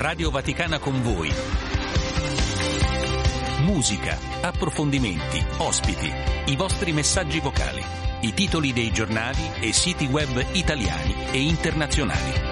Radio Vaticana con voi. Musica, approfondimenti, ospiti, i vostri messaggi vocali, i titoli dei giornali e siti web italiani e internazionali.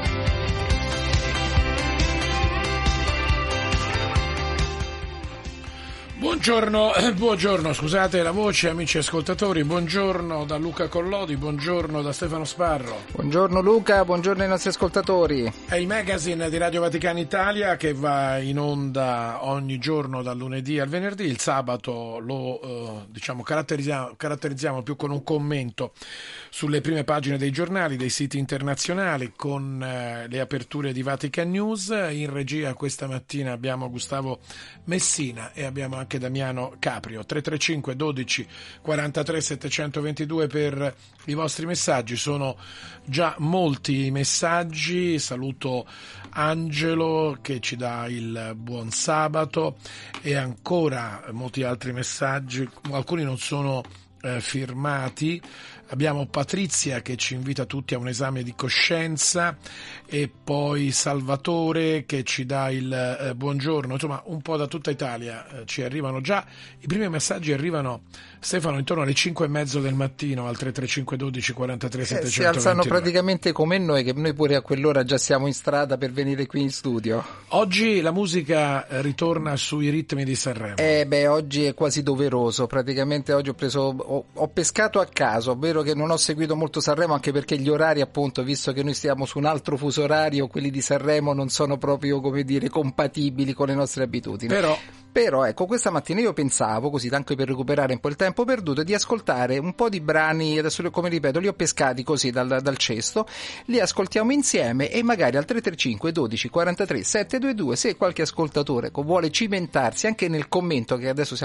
Buongiorno, scusate la voce, amici ascoltatori, buongiorno da Luca Collodi, buongiorno da Stefano Sparro. Buongiorno Luca, buongiorno ai nostri ascoltatori. È il magazine di Radio Vaticana Italia che va in onda ogni giorno dal lunedì al venerdì. Il sabato lo caratterizziamo più con un commento sulle prime pagine dei giornali, dei siti internazionali, con le aperture di Vatican News. In regia questa mattina abbiamo Gustavo Messina e abbiamo anche Damiano Caprio. 335 12 43 722 per i vostri messaggi. Sono già molti i messaggi. Saluto Angelo che ci dà il buon sabato e ancora molti altri messaggi. Alcuni non sono firmati. Abbiamo Patrizia che ci invita tutti a un esame di coscienza e poi Salvatore che ci dà il buongiorno. Insomma, un po' da tutta Italia ci arrivano già. I primi messaggi arrivano, Stefano, intorno alle 5:30 del mattino al 335 12 43 722. Si alzano praticamente come noi, che noi pure a quell'ora già siamo in strada per venire qui in studio. Oggi la musica ritorna sui ritmi di Sanremo. Oggi è quasi doveroso. Praticamente oggi ho pescato a caso, ovvero che non ho seguito molto Sanremo, anche perché gli orari, appunto, visto che noi stiamo su un altro fuso orario, quelli di Sanremo non sono proprio, come dire, compatibili con le nostre abitudini. Però ecco, questa mattina io pensavo, così anche per recuperare un po' il tempo perduto, di ascoltare un po' di brani. Adesso, come ripeto, li ho pescati così dal cesto, li ascoltiamo insieme e magari al 335 12 43 722, se qualche ascoltatore vuole cimentarsi anche nel commento, che adesso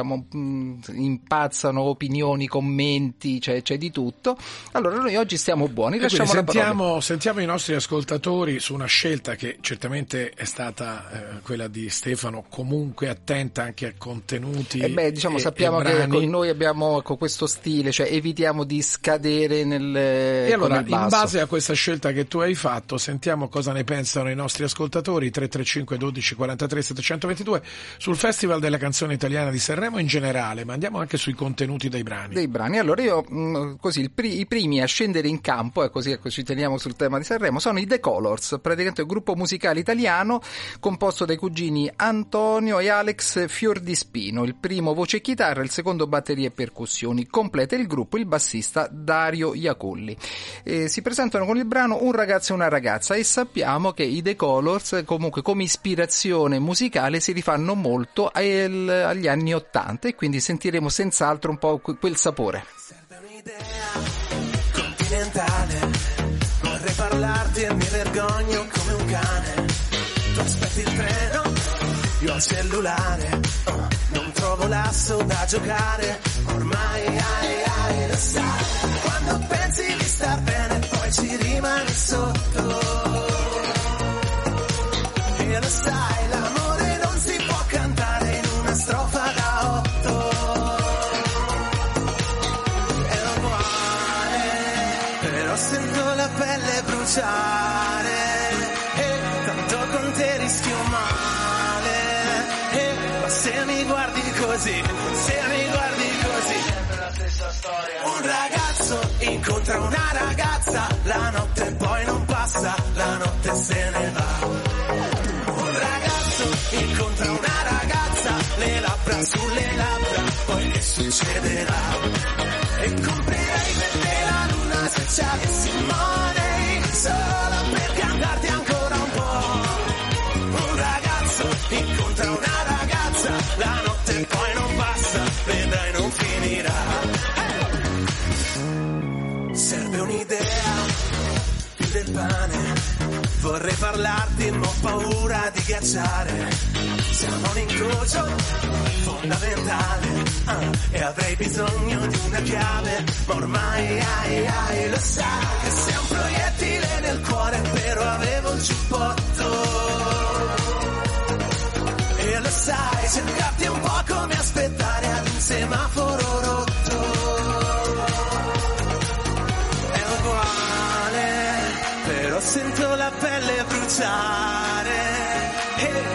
impazzano opinioni, commenti, c'è di tutto. Allora noi oggi stiamo buoni, lasciamo la parola. Sentiamo i nostri ascoltatori su una scelta che certamente è stata quella di Stefano, comunque attenta anche a contenuti. Sappiamo che noi abbiamo questo stile, cioè evitiamo di scadere e allora, in base a questa scelta che tu hai fatto, sentiamo cosa ne pensano i nostri ascoltatori. 335 12 43 722 sul Festival della Canzone Italiana di Sanremo in generale, ma andiamo anche sui contenuti dei brani. Allora io così i primi a scendere in campo, ecco, ci teniamo sul tema di Sanremo, sono i The Colors, praticamente un gruppo musicale italiano composto dai cugini Antonio e Alex Fiordispino. Il primo voce e chitarra, il secondo batterie e percussioni. Completa il gruppo il bassista Dario Iaculli. Si presentano con il brano Un ragazzo e una ragazza, e sappiamo che i The Colors comunque come ispirazione musicale si rifanno molto agli anni '80, e quindi sentiremo senz'altro un po' quel sapore. Serve un'idea continentale, vorrei parlarti e mi vergogno come un cane. Tu aspetti il treno, io ho il cellulare, non trovo l'asso da giocare, ormai lo sai. Quando pensi di star bene poi ci rimani sotto, e lo sai, l'amore non si può cantare in una strofa da 8. È uguale, però sento la pelle bruciare, e tanto con te rischio male, ma se mi guardi così, sempre la stessa storia. Un ragazzo incontra una ragazza, la notte poi non passa, la notte se ne va. Un ragazzo incontra una ragazza, le labbra sulle labbra, poi che succederà? E comprerei per te la luna se ci avessi money, solo per cantarti ancora un po'. Un ragazzo incontra una ragazza, la notte poi non passa, vedrai non finirà. Serve un'idea più del pane, vorrei parlarti ma ho paura di ghiacciare. Siamo un incrocio fondamentale, e avrei bisogno di una chiave, ma ormai lo sai che sei un proiettile nel cuore, però avevo il giubbotto. E lo sai, cercarti è un po' come aspettare ad un semaforo rotto. È uguale, però sento la pelle bruciare, e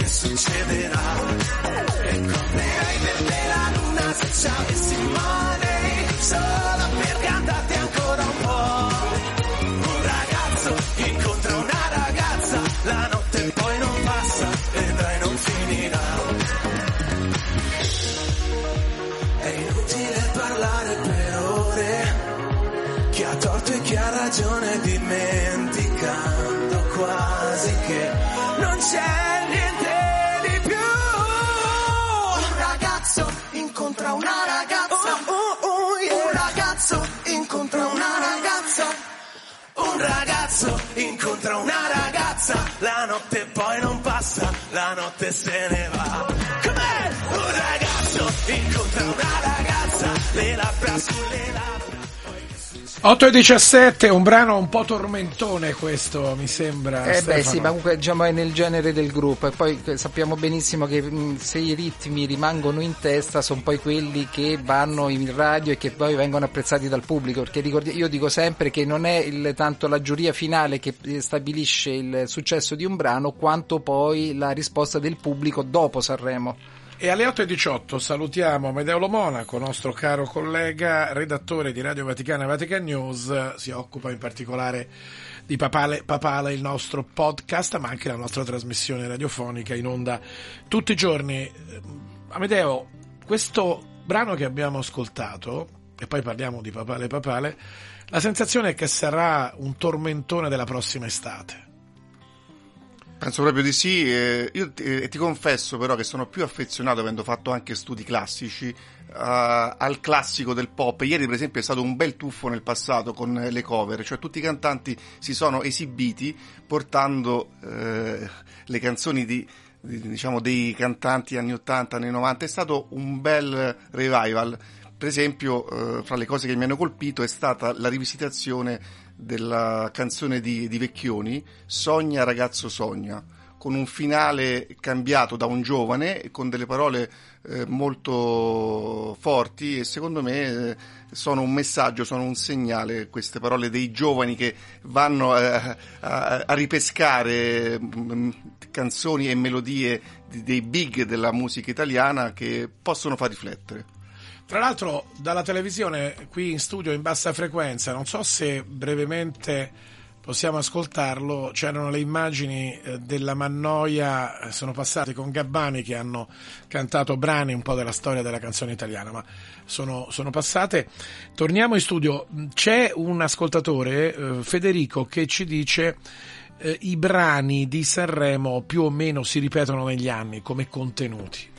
che succederà. E comprerei per te la luna se ci avessi money, solo per cantarti ancora un po'. Un ragazzo incontra una ragazza, la notte poi non passa, vedrai non finirà. È inutile parlare per ore, chi ha torto e chi ha ragione, dimenticando quasi che non c'è niente di più. Un ragazzo incontra una ragazza, yeah. Un ragazzo incontra una ragazza, un ragazzo incontra una ragazza, la notte poi non passa, la notte se ne va. Com'è? Un ragazzo incontra una ragazza, le labbra sulle labbra. 8:17, un brano un po' tormentone questo, mi sembra. Beh sì, ma comunque diciamo è nel genere del gruppo, e poi sappiamo benissimo che se i ritmi rimangono in testa sono poi quelli che vanno in radio e che poi vengono apprezzati dal pubblico, perché io dico sempre che non è tanto la giuria finale che stabilisce il successo di un brano, quanto poi la risposta del pubblico dopo Sanremo. E alle 8:18 salutiamo Amedeo Lo Monaco, nostro caro collega, redattore di Radio Vaticana e Vatican News, si occupa in particolare di Papale, il nostro podcast, ma anche la nostra trasmissione radiofonica in onda tutti i giorni. Amedeo, questo brano che abbiamo ascoltato, e poi parliamo di Papale, la sensazione è che sarà un tormentone della prossima estate. Penso proprio di sì, io ti confesso però che sono più affezionato, avendo fatto anche studi classici, al classico del pop. Ieri per esempio è stato un bel tuffo nel passato con le cover, cioè tutti i cantanti si sono esibiti portando le canzoni diciamo dei cantanti anni 80, anni 90, è stato un bel revival. Per esempio, fra le cose che mi hanno colpito è stata la rivisitazione della canzone di Vecchioni, Sogna ragazzo sogna, con un finale cambiato da un giovane e con delle parole molto forti, e secondo me sono un messaggio, sono un segnale, queste parole dei giovani che vanno a ripescare canzoni e melodie dei big della musica italiana che possono far riflettere. Tra l'altro dalla televisione qui in studio in bassa frequenza, non so se brevemente possiamo ascoltarlo, c'erano le immagini della Mannoia, sono passate con Gabbani che hanno cantato brani un po' della storia della canzone italiana, ma sono passate. Torniamo in studio, c'è un ascoltatore, Federico, che ci dice i brani di Sanremo più o meno si ripetono negli anni come contenuti.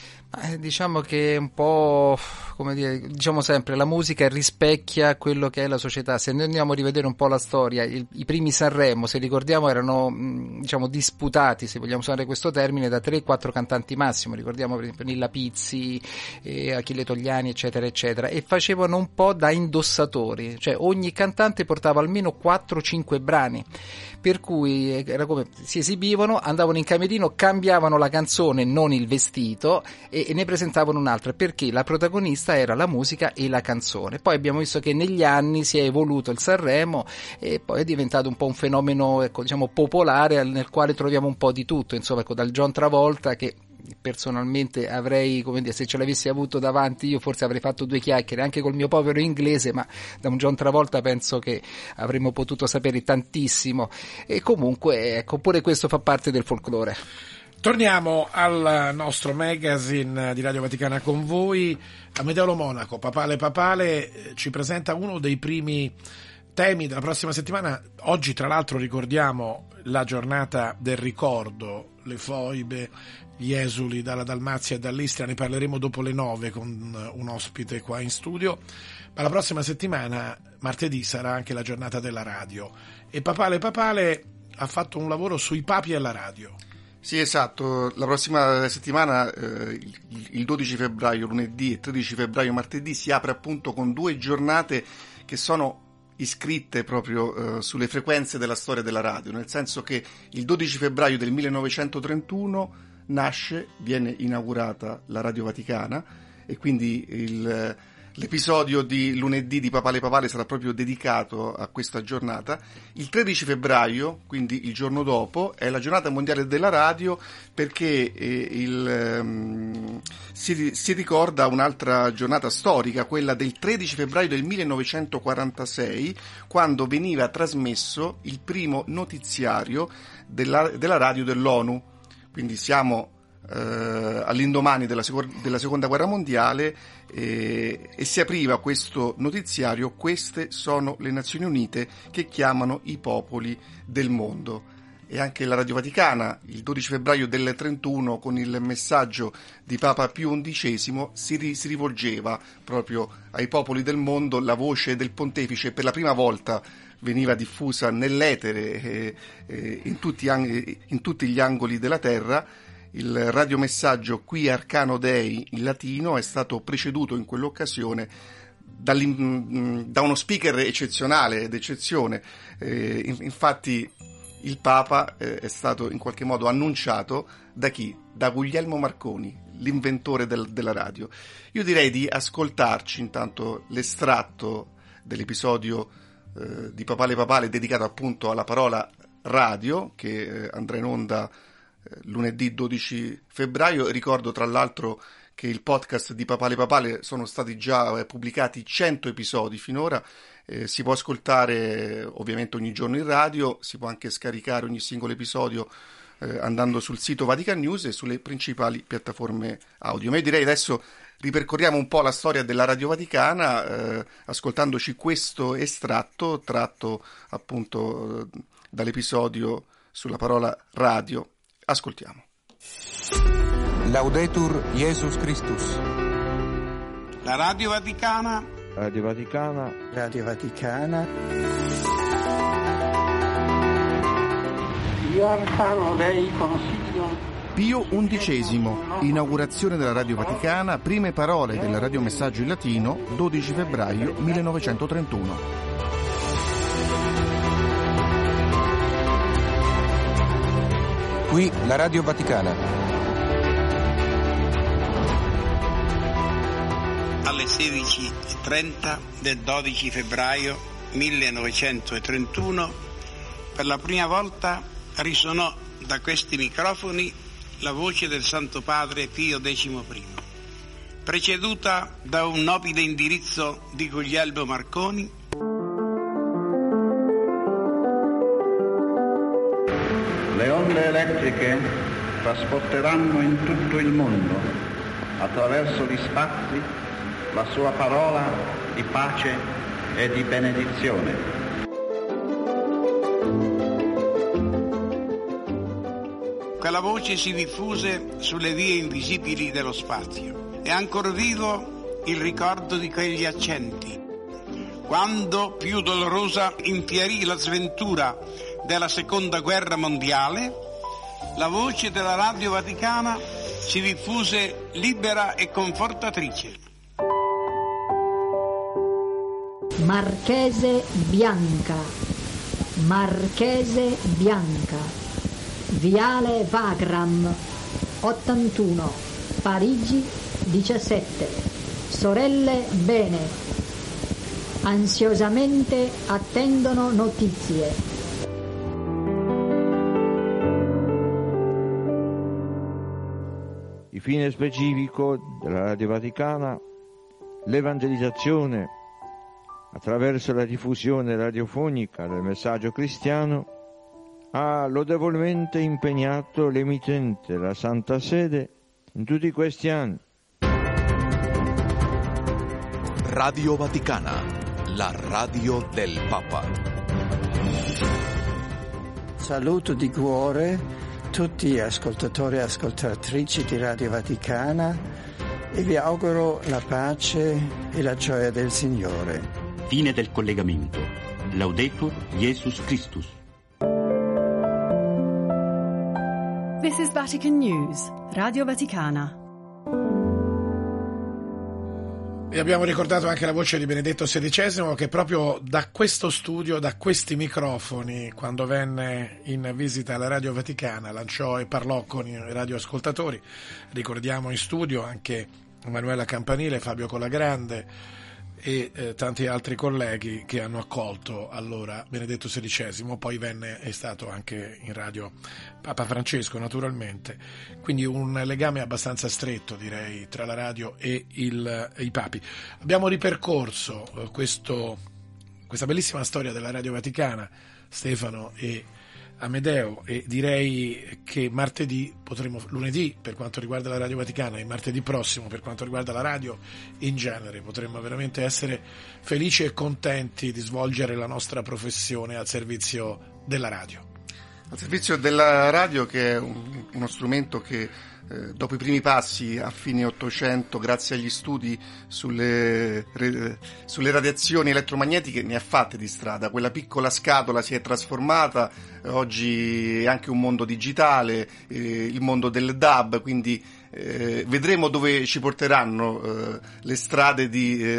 Diciamo che un po', come dire, diciamo sempre, la musica rispecchia quello che è la società. Se noi andiamo a rivedere un po' la storia, i primi Sanremo, se ricordiamo, erano diciamo disputati, se vogliamo usare questo termine, da 3-4 cantanti massimo. Ricordiamo per esempio Nilla Pizzi, Achille Togliani, eccetera eccetera, e facevano un po' da indossatori, cioè ogni cantante portava almeno 4-5 brani, per cui era come si esibivano, andavano in camerino, cambiavano la canzone, non il vestito, e ne presentavano un'altra, perché la protagonista era la musica e la canzone. Poi abbiamo visto che negli anni si è evoluto il Sanremo e poi è diventato un po' un fenomeno, ecco, diciamo popolare, nel quale troviamo un po' di tutto, insomma, ecco, dal John Travolta, che personalmente avrei, come dire, se ce l'avessi avuto davanti io forse avrei fatto 2 chiacchiere anche col mio povero inglese, ma da un John Travolta penso che avremmo potuto sapere tantissimo, e comunque ecco, pure questo fa parte del folklore. Torniamo al nostro magazine di Radio Vaticana con voi. Amedeo Lo Monaco, Papale ci presenta uno dei primi temi della prossima settimana. Oggi tra l'altro ricordiamo la giornata del ricordo, le foibe, gli esuli dalla Dalmazia e dall'Istria, ne parleremo dopo le 9 con un ospite qua in studio, ma la prossima settimana, martedì, sarà anche la giornata della radio e Papale ha fatto un lavoro sui papi alla radio. Sì, esatto, la prossima settimana, il 12 febbraio lunedì e 13 febbraio martedì, si apre appunto con 2 giornate che sono iscritte proprio sulle frequenze della storia della radio, nel senso che il 12 febbraio del 1931 viene inaugurata la Radio Vaticana, e quindi l'episodio di lunedì di Papale Papale sarà proprio dedicato a questa giornata. Il 13 febbraio, quindi il giorno dopo, è la giornata mondiale della radio, perché si ricorda un'altra giornata storica, quella del 13 febbraio del 1946, quando veniva trasmesso il primo notiziario della radio dell'ONU. Quindi siamo all'indomani della seconda guerra mondiale, e si apriva questo notiziario: queste sono le Nazioni Unite che chiamano i popoli del mondo. E anche la Radio Vaticana il 12 febbraio del 31, con il messaggio di Papa Pio XI, si rivolgeva proprio ai popoli del mondo. La voce del pontefice per la prima volta veniva diffusa nell'etere in tutti gli angoli della terra. Il radiomessaggio Qui Arcano Dei in latino è stato preceduto in quell'occasione da uno speaker eccezionale, d'eccezione. Infatti il Papa è stato in qualche modo annunciato da chi? Da Guglielmo Marconi, l'inventore della radio. Io direi di ascoltarci intanto l'estratto dell'episodio di Papale Papale dedicato appunto alla parola radio, che andrà in onda lunedì 12 febbraio. Ricordo tra l'altro che il podcast di Papale Papale sono stati già pubblicati 100 episodi finora. Si può ascoltare ovviamente ogni giorno in radio, si può anche scaricare ogni singolo episodio andando sul sito Vatican News e sulle principali piattaforme audio. Ma io direi adesso ripercorriamo un po' la storia della Radio Vaticana ascoltandoci questo estratto tratto appunto dall'episodio sulla parola radio. Ascoltiamo. Laudetur Jesus Christus. La Radio Vaticana. Radio Vaticana. Radio Vaticana. Io Arcano Dei Consiglio. Pio XI, inaugurazione della Radio Vaticana, prime parole del radiomessaggio in latino, 12 febbraio 1931. Qui la Radio Vaticana. Alle 16:30 del 12 febbraio 1931, per la prima volta risuonò da questi microfoni la voce del Santo Padre Pio XI, preceduta da un nobile indirizzo di Guglielmo Marconi. Le onde elettriche trasporteranno in tutto il mondo, attraverso gli spazi, la sua parola di pace e di benedizione. Quella voce si diffuse sulle vie invisibili dello spazio. È ancora vivo il ricordo di quegli accenti, quando più dolorosa infierì la sventura della Seconda Guerra Mondiale. La voce della Radio Vaticana si diffuse libera e confortatrice. Marchese Bianca, Marchese Bianca, Viale Wagram, 81, Parigi 17, sorelle bene, ansiosamente attendono notizie. Il fine specifico della Radio Vaticana, l'evangelizzazione attraverso la diffusione radiofonica del messaggio cristiano, ha lodevolmente impegnato l'emittente, la Santa Sede, in tutti questi anni. Radio Vaticana, la radio del Papa. Saluto di cuore tutti gli ascoltatori e ascoltatrici di Radio Vaticana e vi auguro la pace e la gioia del Signore. Fine del collegamento. Laudetur Jesus Christus. This is Vatican News, Radio Vaticana. E abbiamo ricordato anche la voce di Benedetto XVI, che proprio da questo studio, da questi microfoni, quando venne in visita alla Radio Vaticana, lanciò e parlò con i radioascoltatori. Ricordiamo in studio anche Emanuela Campanile, Fabio Colagrande, e tanti altri colleghi che hanno accolto allora Benedetto XVI, poi è stato anche in radio Papa Francesco naturalmente, quindi un legame abbastanza stretto direi tra la radio e i papi. Abbiamo ripercorso questa bellissima storia della Radio Vaticana, Stefano e Amedeo, e direi che lunedì per quanto riguarda la Radio Vaticana e martedì prossimo per quanto riguarda la radio in genere potremmo veramente essere felici e contenti di svolgere la nostra professione al servizio della radio. Al servizio della radio, che è uno strumento che dopo i primi passi a fine Ottocento, grazie agli studi sulle radiazioni elettromagnetiche, ne ha fatte di strada. Quella piccola scatola si è trasformata, oggi è anche un mondo digitale, il mondo del DAB, quindi vedremo dove ci porteranno le strade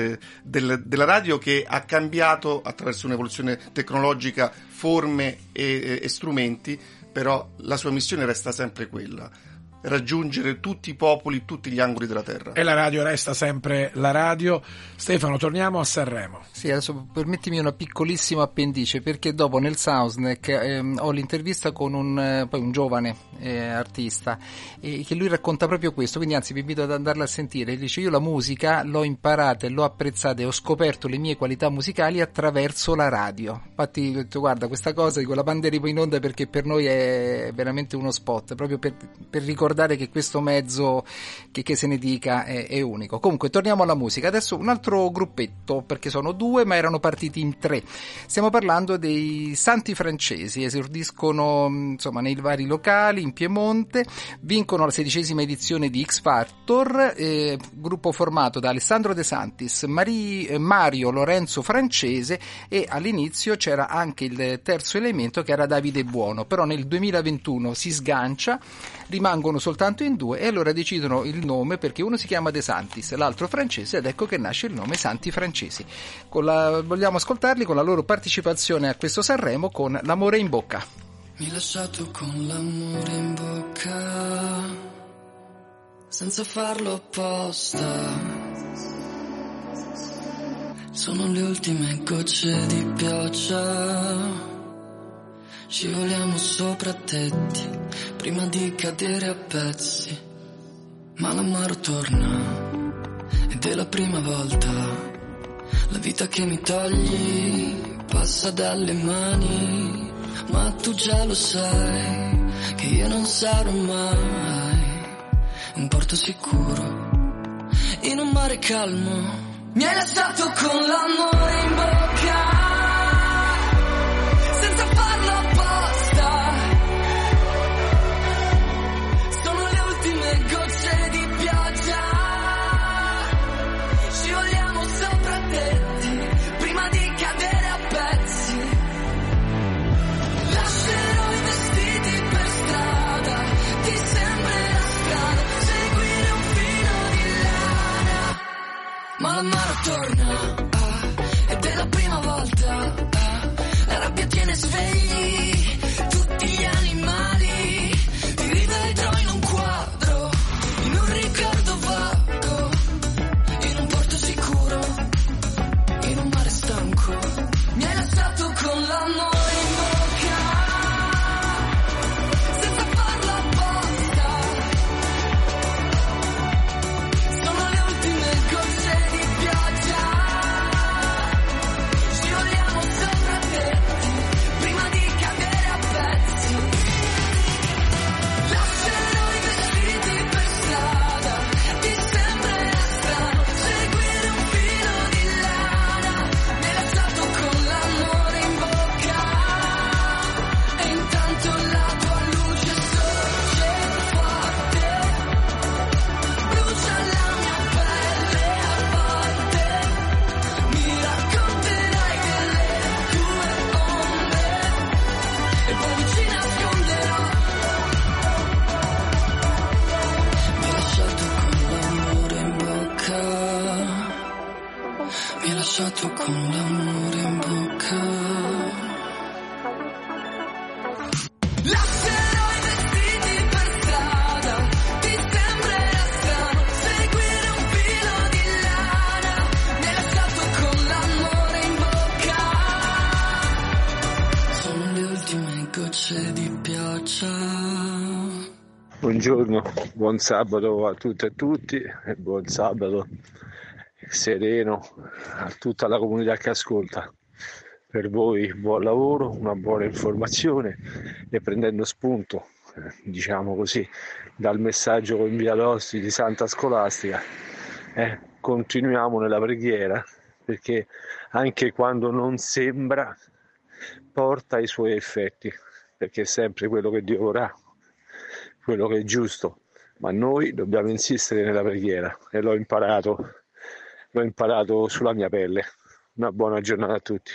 della radio, che ha cambiato attraverso un'evoluzione tecnologica forme e strumenti, però la sua missione resta sempre quella: raggiungere tutti i popoli, tutti gli angoli della terra. E la radio resta sempre la radio. Stefano, torniamo a Sanremo. Sì, adesso permettimi una piccolissima appendice, perché dopo nel Soundsnack ho l'intervista con un giovane artista che lui racconta proprio questo, quindi anzi vi invito ad andarla a sentire. Dice: io la musica l'ho imparata e l'ho apprezzata e ho scoperto le mie qualità musicali attraverso la radio. Infatti ho detto: guarda, questa cosa di quella banda arrivo in onda perché per noi è veramente uno spot, proprio per ricordare che questo mezzo, che se ne dica, è unico. Comunque torniamo alla musica. Adesso un altro gruppetto, perché sono due ma erano partiti in tre. Stiamo parlando dei Santi Francesi, esordiscono insomma nei vari locali in Piemonte, vincono la 16ª edizione di X Factor, gruppo formato da Alessandro De Santis, Mario Lorenzo Francese, e all'inizio c'era anche il terzo elemento che era Davide Buono, però nel 2021 si sgancia, rimangono soltanto in due e allora decidono il nome, perché uno si chiama De Santis, l'altro Francese, ed ecco che nasce il nome Santi Francesi. Vogliamo ascoltarli con la loro partecipazione a questo Sanremo con L'amore in bocca. Mi hai lasciato con l'amore in bocca, senza farlo apposta. Sono le ultime gocce di pioggia, scivoliamo sopra tetti prima di cadere a pezzi. Ma l'amaro torna ed è la prima volta. La vita che mi togli passa dalle mani, ma tu già lo sai che io non sarò mai un porto sicuro in un mare calmo. Mi hai lasciato con l'amore in bocca, senza farlo apposta. Sono le ultime gocce di pioggia, scivoliamo sopra tetti prima di cadere a pezzi. Lascerò i vestiti per strada, ti sembrerà strano seguire un filo di lana, ma l'amaro torna ed è la prima volta. La rabbia tiene svegli tutti gli animali, ti rivedrò in un quadro, in un ricordo vago, in un porto sicuro, in un mare stanco. Mi hai lasciato con l'amore in bocca, senza farlo apposta. Sono le ultime gocce di pioggia, scivoliamo sopra tetti prima di cadere a pezzi. Lascerò i vestiti per strada, ti sembrerà strano seguire un filo di lana. Mi hai lasciato con l'amore in bocca, e intanto la tua luce sorge forte, brucia la mia pelle a volte. Mi racconterai delle tue onde e poi mi ci nasconderò. Mi hai lasciato con l'amore in bocca, mi hai lasciato con l'amore in bocca. Lascerò i vestiti per strada, ti sembrerà strano seguire un filo di lana. Mi hai lasciato con Buongiorno, buon sabato a tutte e tutti e buon sabato sereno a tutta la comunità che ascolta. Per voi buon lavoro, una buona informazione e prendendo spunto, diciamo così, dal messaggio con Via d'Osti di Santa Scolastica, continuiamo nella preghiera, perché anche quando non sembra porta i suoi effetti, perché è sempre quello che Dio vorrà, quello che è giusto, ma noi dobbiamo insistere nella preghiera e l'ho imparato sulla mia pelle. Una buona giornata a tutti.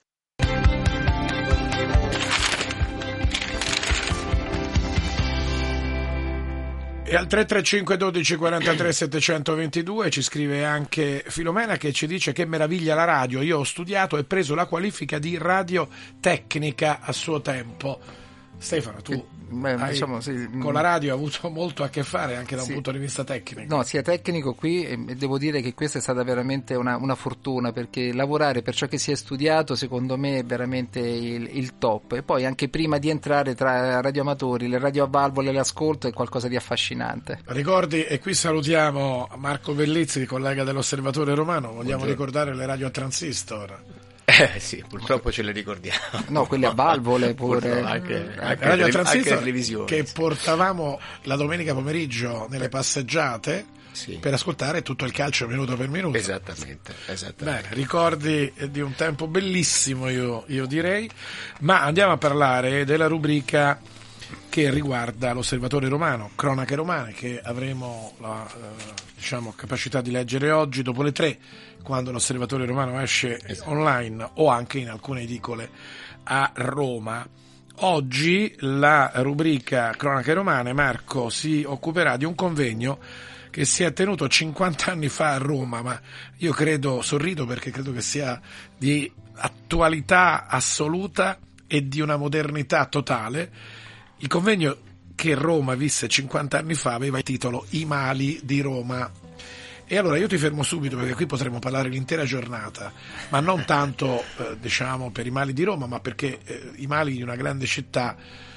E al 335 12 43 722 ci scrive anche Filomena, che ci dice: che meraviglia la radio, io ho studiato e preso la qualifica di radiotecnica a suo tempo. Stefano, tu con la radio hai avuto molto a che fare anche da un punto di vista tecnico. No, sia tecnico qui, e devo dire che questa è stata veramente una fortuna, perché lavorare per ciò che si è studiato secondo me è veramente il top. E poi anche prima di entrare tra radioamatori, le radio a valvole l'ascolto è qualcosa di affascinante. Ricordi, e qui salutiamo Marco Bellizzi, collega dell'Osservatore Romano, vogliamo ricordare le radio a transistor. Sì, purtroppo ce le ricordiamo. No, quelle a valvole pure. Anche radio a transistor televisione, che portavamo la domenica pomeriggio nelle passeggiate per ascoltare tutto il calcio minuto per minuto. Esattamente. Bene, ricordi di un tempo bellissimo, io direi. Ma andiamo a parlare della rubrica che riguarda l'Osservatore Romano, cronache romane, che avremo la capacità di leggere oggi dopo le 3, quando l'Osservatore Romano esce online o anche in alcune edicole a Roma. Oggi la rubrica cronache romane, Marco, si occuperà di un convegno che si è tenuto 50 anni fa a Roma, ma io sorrido perché credo che sia di attualità assoluta e di una modernità totale. Il convegno che Roma visse 50 anni fa aveva il titolo I mali di Roma. E allora io ti fermo subito, perché qui potremmo parlare l'intera giornata, ma non tanto per i mali di Roma, ma perché i mali di una grande città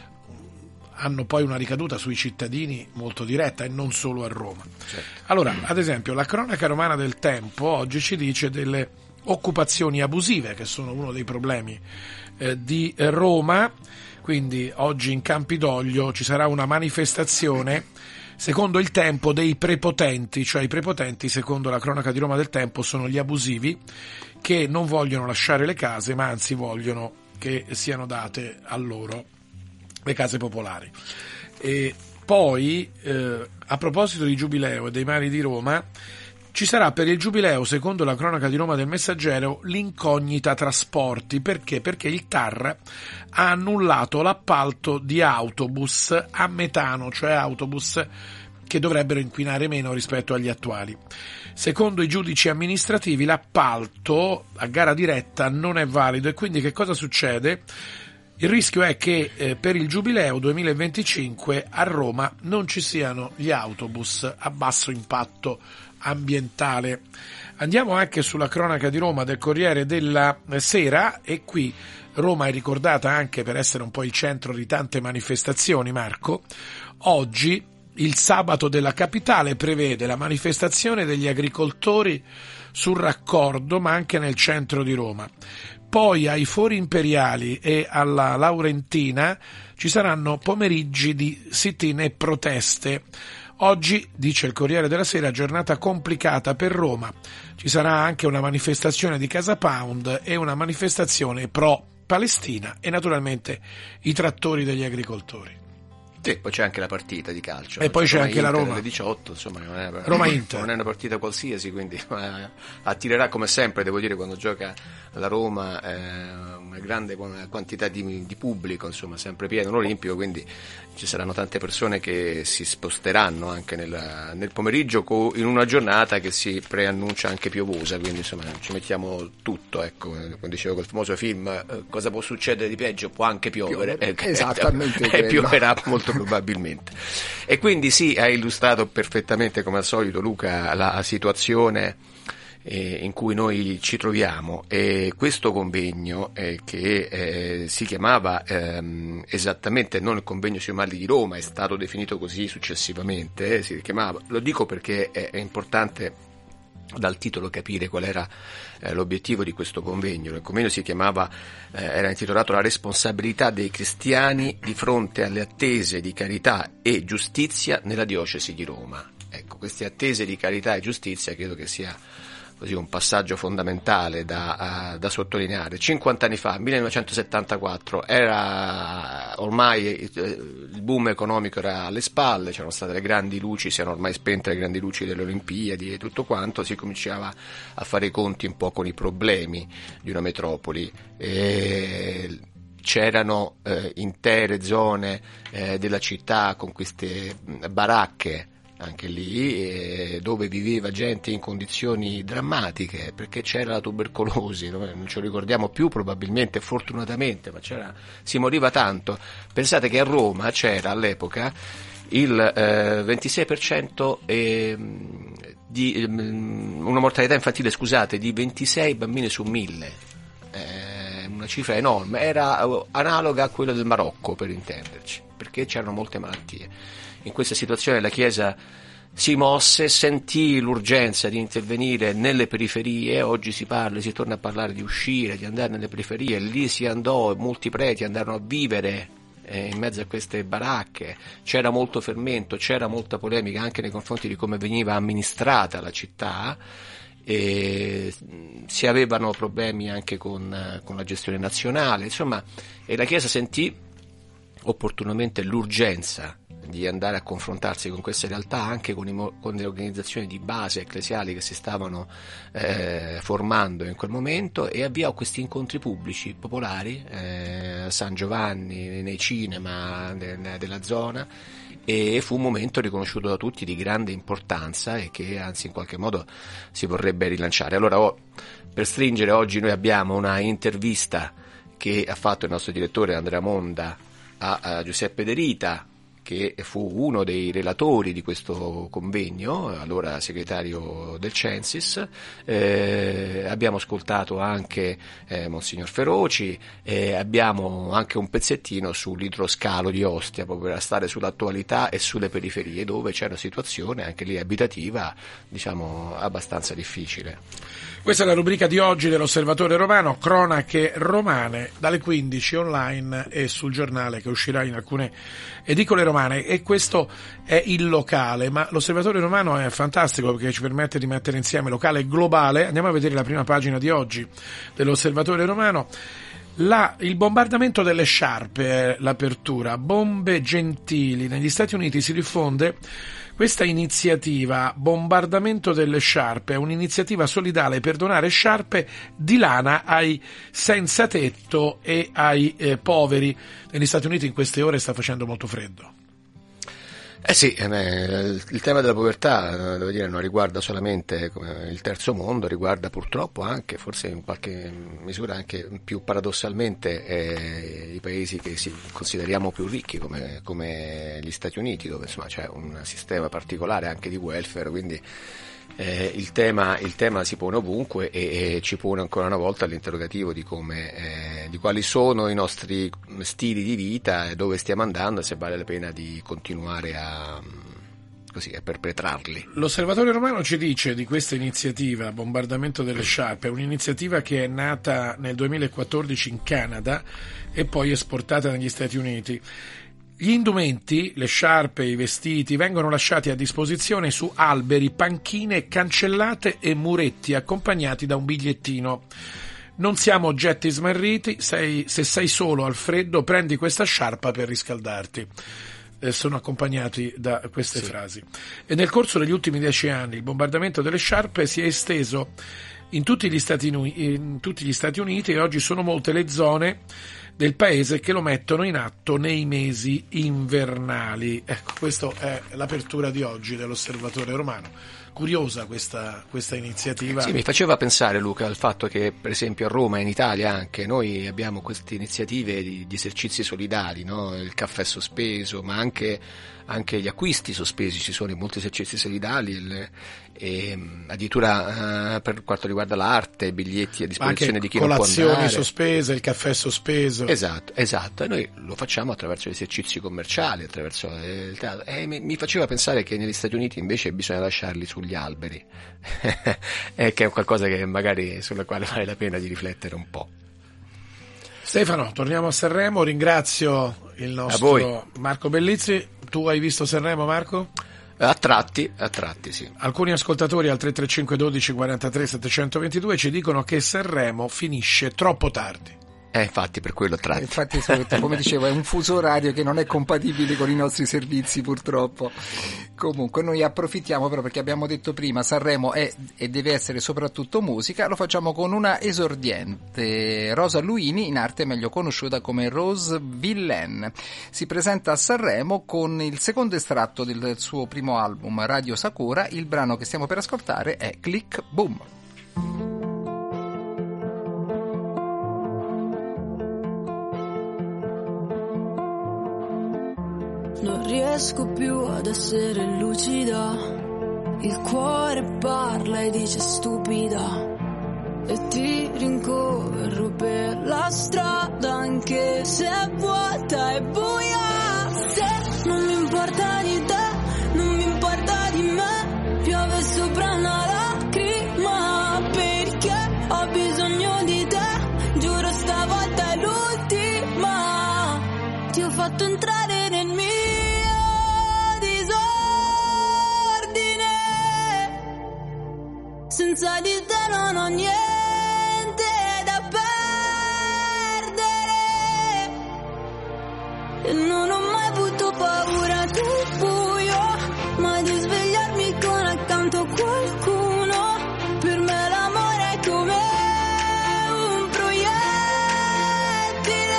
hanno poi una ricaduta sui cittadini molto diretta e non solo a Roma. Certo. Allora, ad esempio, la cronaca romana del tempo oggi ci dice delle occupazioni abusive, che sono uno dei problemi di Roma. Quindi oggi in Campidoglio ci sarà una manifestazione secondo il tempo dei prepotenti, cioè i prepotenti secondo la cronaca di Roma del tempo sono gli abusivi che non vogliono lasciare le case, ma anzi vogliono che siano date a loro le case popolari. E poi a proposito di Giubileo e dei mali di Roma, ci sarà per il Giubileo, secondo la cronaca di Roma del Messaggero, l'incognita trasporti. Perché? Perché il TAR ha annullato l'appalto di autobus a metano, cioè autobus che dovrebbero inquinare meno rispetto agli attuali. Secondo i giudici amministrativi l'appalto a gara diretta non è valido, e quindi che cosa succede? Il rischio è che per il Giubileo 2025 a Roma non ci siano gli autobus a basso impatto ambientale. Andiamo anche sulla cronaca di Roma del Corriere della Sera, e qui Roma è ricordata anche per essere un po' il centro di tante manifestazioni. Marco, oggi il sabato della capitale prevede la manifestazione degli agricoltori sul raccordo, ma anche nel centro di Roma. Poi ai Fori Imperiali e alla Laurentina ci saranno pomeriggi di sit-in e proteste. Oggi, dice il Corriere della Sera, giornata complicata per Roma. Ci sarà anche una manifestazione di Casa Pound e una manifestazione pro-Palestina e naturalmente i trattori degli agricoltori. Sì, poi c'è anche la partita di calcio. E poi c'è anche la Roma. Alle 18, insomma, Roma-Inter. Non è una partita qualsiasi, quindi attirerà come sempre, devo dire, quando gioca la Roma una grande quantità di pubblico, insomma, sempre pieno l'Olimpico, quindi ci saranno tante persone che si sposteranno anche nel pomeriggio in una giornata che si preannuncia anche piovosa, quindi insomma ci mettiamo tutto, ecco, come dicevo quel famoso film, cosa può succedere di peggio? Può anche piovere. Esattamente. E pioverà molto probabilmente. E quindi sì, ha illustrato perfettamente, come al solito, Luca, la situazione in cui noi ci troviamo, e questo convegno che si chiamava esattamente, non il convegno sui mali di Roma, è stato definito così successivamente, si chiamava, lo dico perché è importante dal titolo capire qual era l'obiettivo di questo convegno. Il convegno si chiamava, era intitolato La responsabilità dei cristiani di fronte alle attese di carità e giustizia nella diocesi di Roma. Ecco, queste attese di carità e giustizia credo che sia così un passaggio fondamentale da sottolineare. 50 anni fa, 1974, era ormai il boom economico era alle spalle, c'erano state le grandi luci, si erano ormai spente le grandi luci delle Olimpiadi e tutto quanto, si cominciava a fare i conti un po' con i problemi di una metropoli. C'erano intere zone della città con queste baracche, anche lì, dove viveva gente in condizioni drammatiche, perché c'era la tubercolosi, non ce lo ricordiamo più probabilmente, fortunatamente, ma si moriva tanto. Pensate che a Roma c'era all'epoca il 26% di una mortalità infantile, scusate, di 26 bambini su 1000, una cifra enorme, era analoga a quella del Marocco, per intenderci, perché c'erano molte malattie. In questa situazione la Chiesa si mosse, sentì l'urgenza di intervenire nelle periferie. Oggi si torna a parlare di uscire, di andare nelle periferie. Lì si andò, molti preti andarono a vivere in mezzo a queste baracche. C'era molto fermento, c'era molta polemica anche nei confronti di come veniva amministrata la città, e si avevano problemi anche con la gestione nazionale, insomma, e la Chiesa sentì opportunamente l'urgenza di andare a confrontarsi con queste realtà, anche con le organizzazioni di base ecclesiali che si stavano formando in quel momento, e avviò questi incontri pubblici popolari a San Giovanni, nei cinema della zona, e fu un momento riconosciuto da tutti di grande importanza e che anzi in qualche modo si vorrebbe rilanciare. Allora, per stringere, oggi noi abbiamo una intervista che ha fatto il nostro direttore Andrea Monda a Giuseppe De Rita, che fu uno dei relatori di questo convegno, allora segretario del Censis. Abbiamo ascoltato anche Monsignor Feroci, abbiamo anche un pezzettino sull'idroscalo di Ostia, proprio per stare sull'attualità e sulle periferie, dove c'è una situazione anche lì abitativa, diciamo, abbastanza difficile. Questa è la rubrica di oggi dell'Osservatore Romano, cronache romane, dalle 15 online e sul giornale, che uscirà in alcune edicole romane, e questo è il locale, ma l'Osservatore Romano è fantastico perché ci permette di mettere insieme locale e globale. Andiamo a vedere la prima pagina di oggi dell'Osservatore Romano. Il bombardamento delle sciarpe è l'apertura, bombe gentili. Negli Stati Uniti si diffonde questa iniziativa, bombardamento delle sciarpe, è un'iniziativa solidale per donare sciarpe di lana ai senza tetto e ai poveri. Negli Stati Uniti in queste ore sta facendo molto freddo. Sì, il tema della povertà, devo dire, non riguarda solamente il terzo mondo, riguarda purtroppo anche, forse in qualche misura anche più paradossalmente, i paesi che consideriamo più ricchi come gli Stati Uniti, dove insomma c'è un sistema particolare anche di welfare, quindi il tema si pone ovunque e ci pone ancora una volta l'interrogativo di quali sono i nostri stili di vita e dove stiamo andando e se vale la pena di continuare a perpetrarli. L'Osservatore Romano ci dice di questa iniziativa, bombardamento delle sciarpe, un'iniziativa che è nata nel 2014 in Canada e poi esportata negli Stati Uniti. Gli indumenti, le sciarpe, i vestiti, vengono lasciati a disposizione su alberi, panchine, cancellate e muretti, accompagnati da un bigliettino. Non siamo oggetti smarriti, se sei solo al freddo, prendi questa sciarpa per riscaldarti. Sono accompagnati da queste frasi. E nel corso degli ultimi 10 anni il bombardamento delle sciarpe si è esteso in tutti gli Stati Uniti e oggi sono molte le zone del paese che lo mettono in atto nei mesi invernali. Ecco, questa è l'apertura di oggi dell'Osservatore Romano. Curiosa questa iniziativa. Sì, mi faceva pensare, Luca, al fatto che per esempio a Roma e in Italia anche noi abbiamo queste iniziative di esercizi solidali, no? Il caffè sospeso, ma anche anche gli acquisti sospesi, ci sono molti esercizi solidali e addirittura per quanto riguarda l'arte, biglietti a disposizione di chi non può andare, colazioni sospese, il caffè sospeso. Esatto, e noi lo facciamo attraverso gli esercizi commerciali, attraverso il teatro, e mi faceva pensare che negli Stati Uniti invece bisogna lasciarli sugli alberi che è qualcosa che magari sulla quale vale la pena di riflettere un po'. Stefano, torniamo a Sanremo, ringrazio il nostro Marco Bellizzi. Tu hai visto Sanremo, Marco? A tratti sì. Alcuni ascoltatori al 335 12 43 722 ci dicono che Sanremo finisce troppo tardi. Infatti per quello tratti. Infatti, come dicevo, è un fuso orario che non è compatibile con i nostri servizi, purtroppo. Comunque noi approfittiamo però, perché abbiamo detto prima Sanremo è e deve essere soprattutto musica. Lo facciamo con una esordiente, Rosa Luini, in arte meglio conosciuta come Rose Villain. Si presenta a Sanremo con il secondo estratto del suo primo album Radio Sakura. Il brano che stiamo per ascoltare è Click Boom. Non riesco più ad essere lucida, il cuore parla e dice stupida, e ti rincorro per la strada anche se è vuota e buia. Se non mi importa di te, non mi importa di me, piove sopra una lacrima, perché ho bisogno di te, giuro stavolta è l'ultima. Ti ho fatto entrare nel mio senza di te non ho niente da perdere e non ho mai avuto paura del buio, ma di svegliarmi con accanto qualcuno. Per me l'amore è come un proiettile.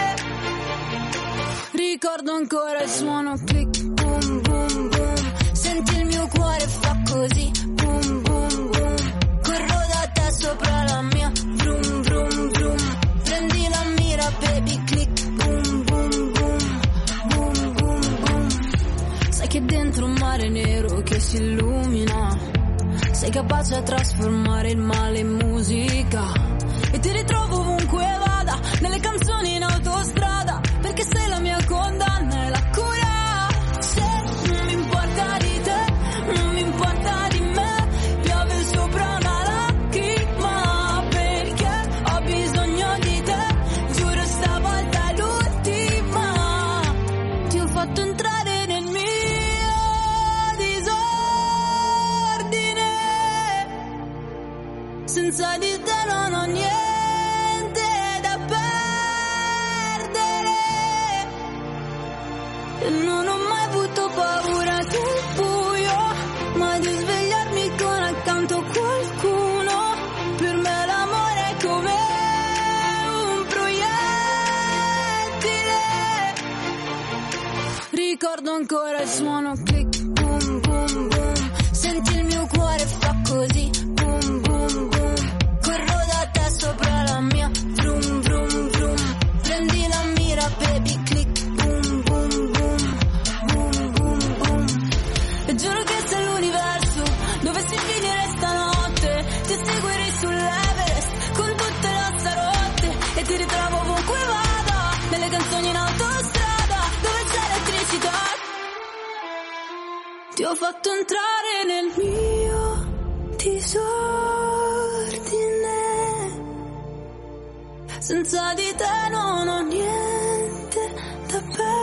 Ricordo ancora il suono click boom boom boom, senti il mio cuore fa così boom boom boom, sopra la mia, vroom vroom vroom, prendi la mira baby, click boom boom boom, boom boom boom. Sai che dentro un mare nero che si illumina, sei capace a trasformare il male in musica, e ti ritrovo ovunque vada, nelle canzoni in autostrada, perché sei la mia condanna e la cura. Se non mi importa di te, non mi importa di me, piove sopra una senza di te non ho niente da perdere e non ho mai avuto paura del buio, ma di svegliarmi con accanto qualcuno. Per me l'amore è come un proiettile. Ricordo ancora il suono click boom boom boom, senti il mio cuore fa così boom boom boom, sopra la mia, vroom vroom vroom, prendi la mira baby, click boom boom boom, boom boom boom. E giuro che se l'universo dovessi finire stanotte, ti seguirei sull'Everest con tutte le ossa rotte, e ti ritrovo ovunque vada, nelle canzoni in autostrada dove c'è elettricità. Ti ho fatto entrare nel mio disordine, senza di te non ho niente da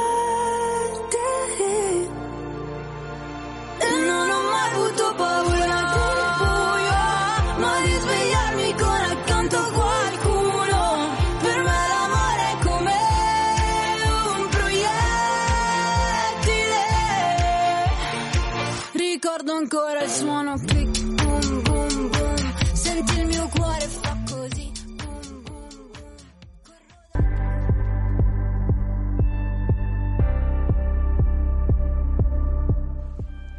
perdere e non ho mai avuto paura del buio, ma di svegliarmi con accanto qualcuno. Per me l'amore è come un proiettile. Ricordo ancora il suono click boom boom boom, senti il mio cuore fa così.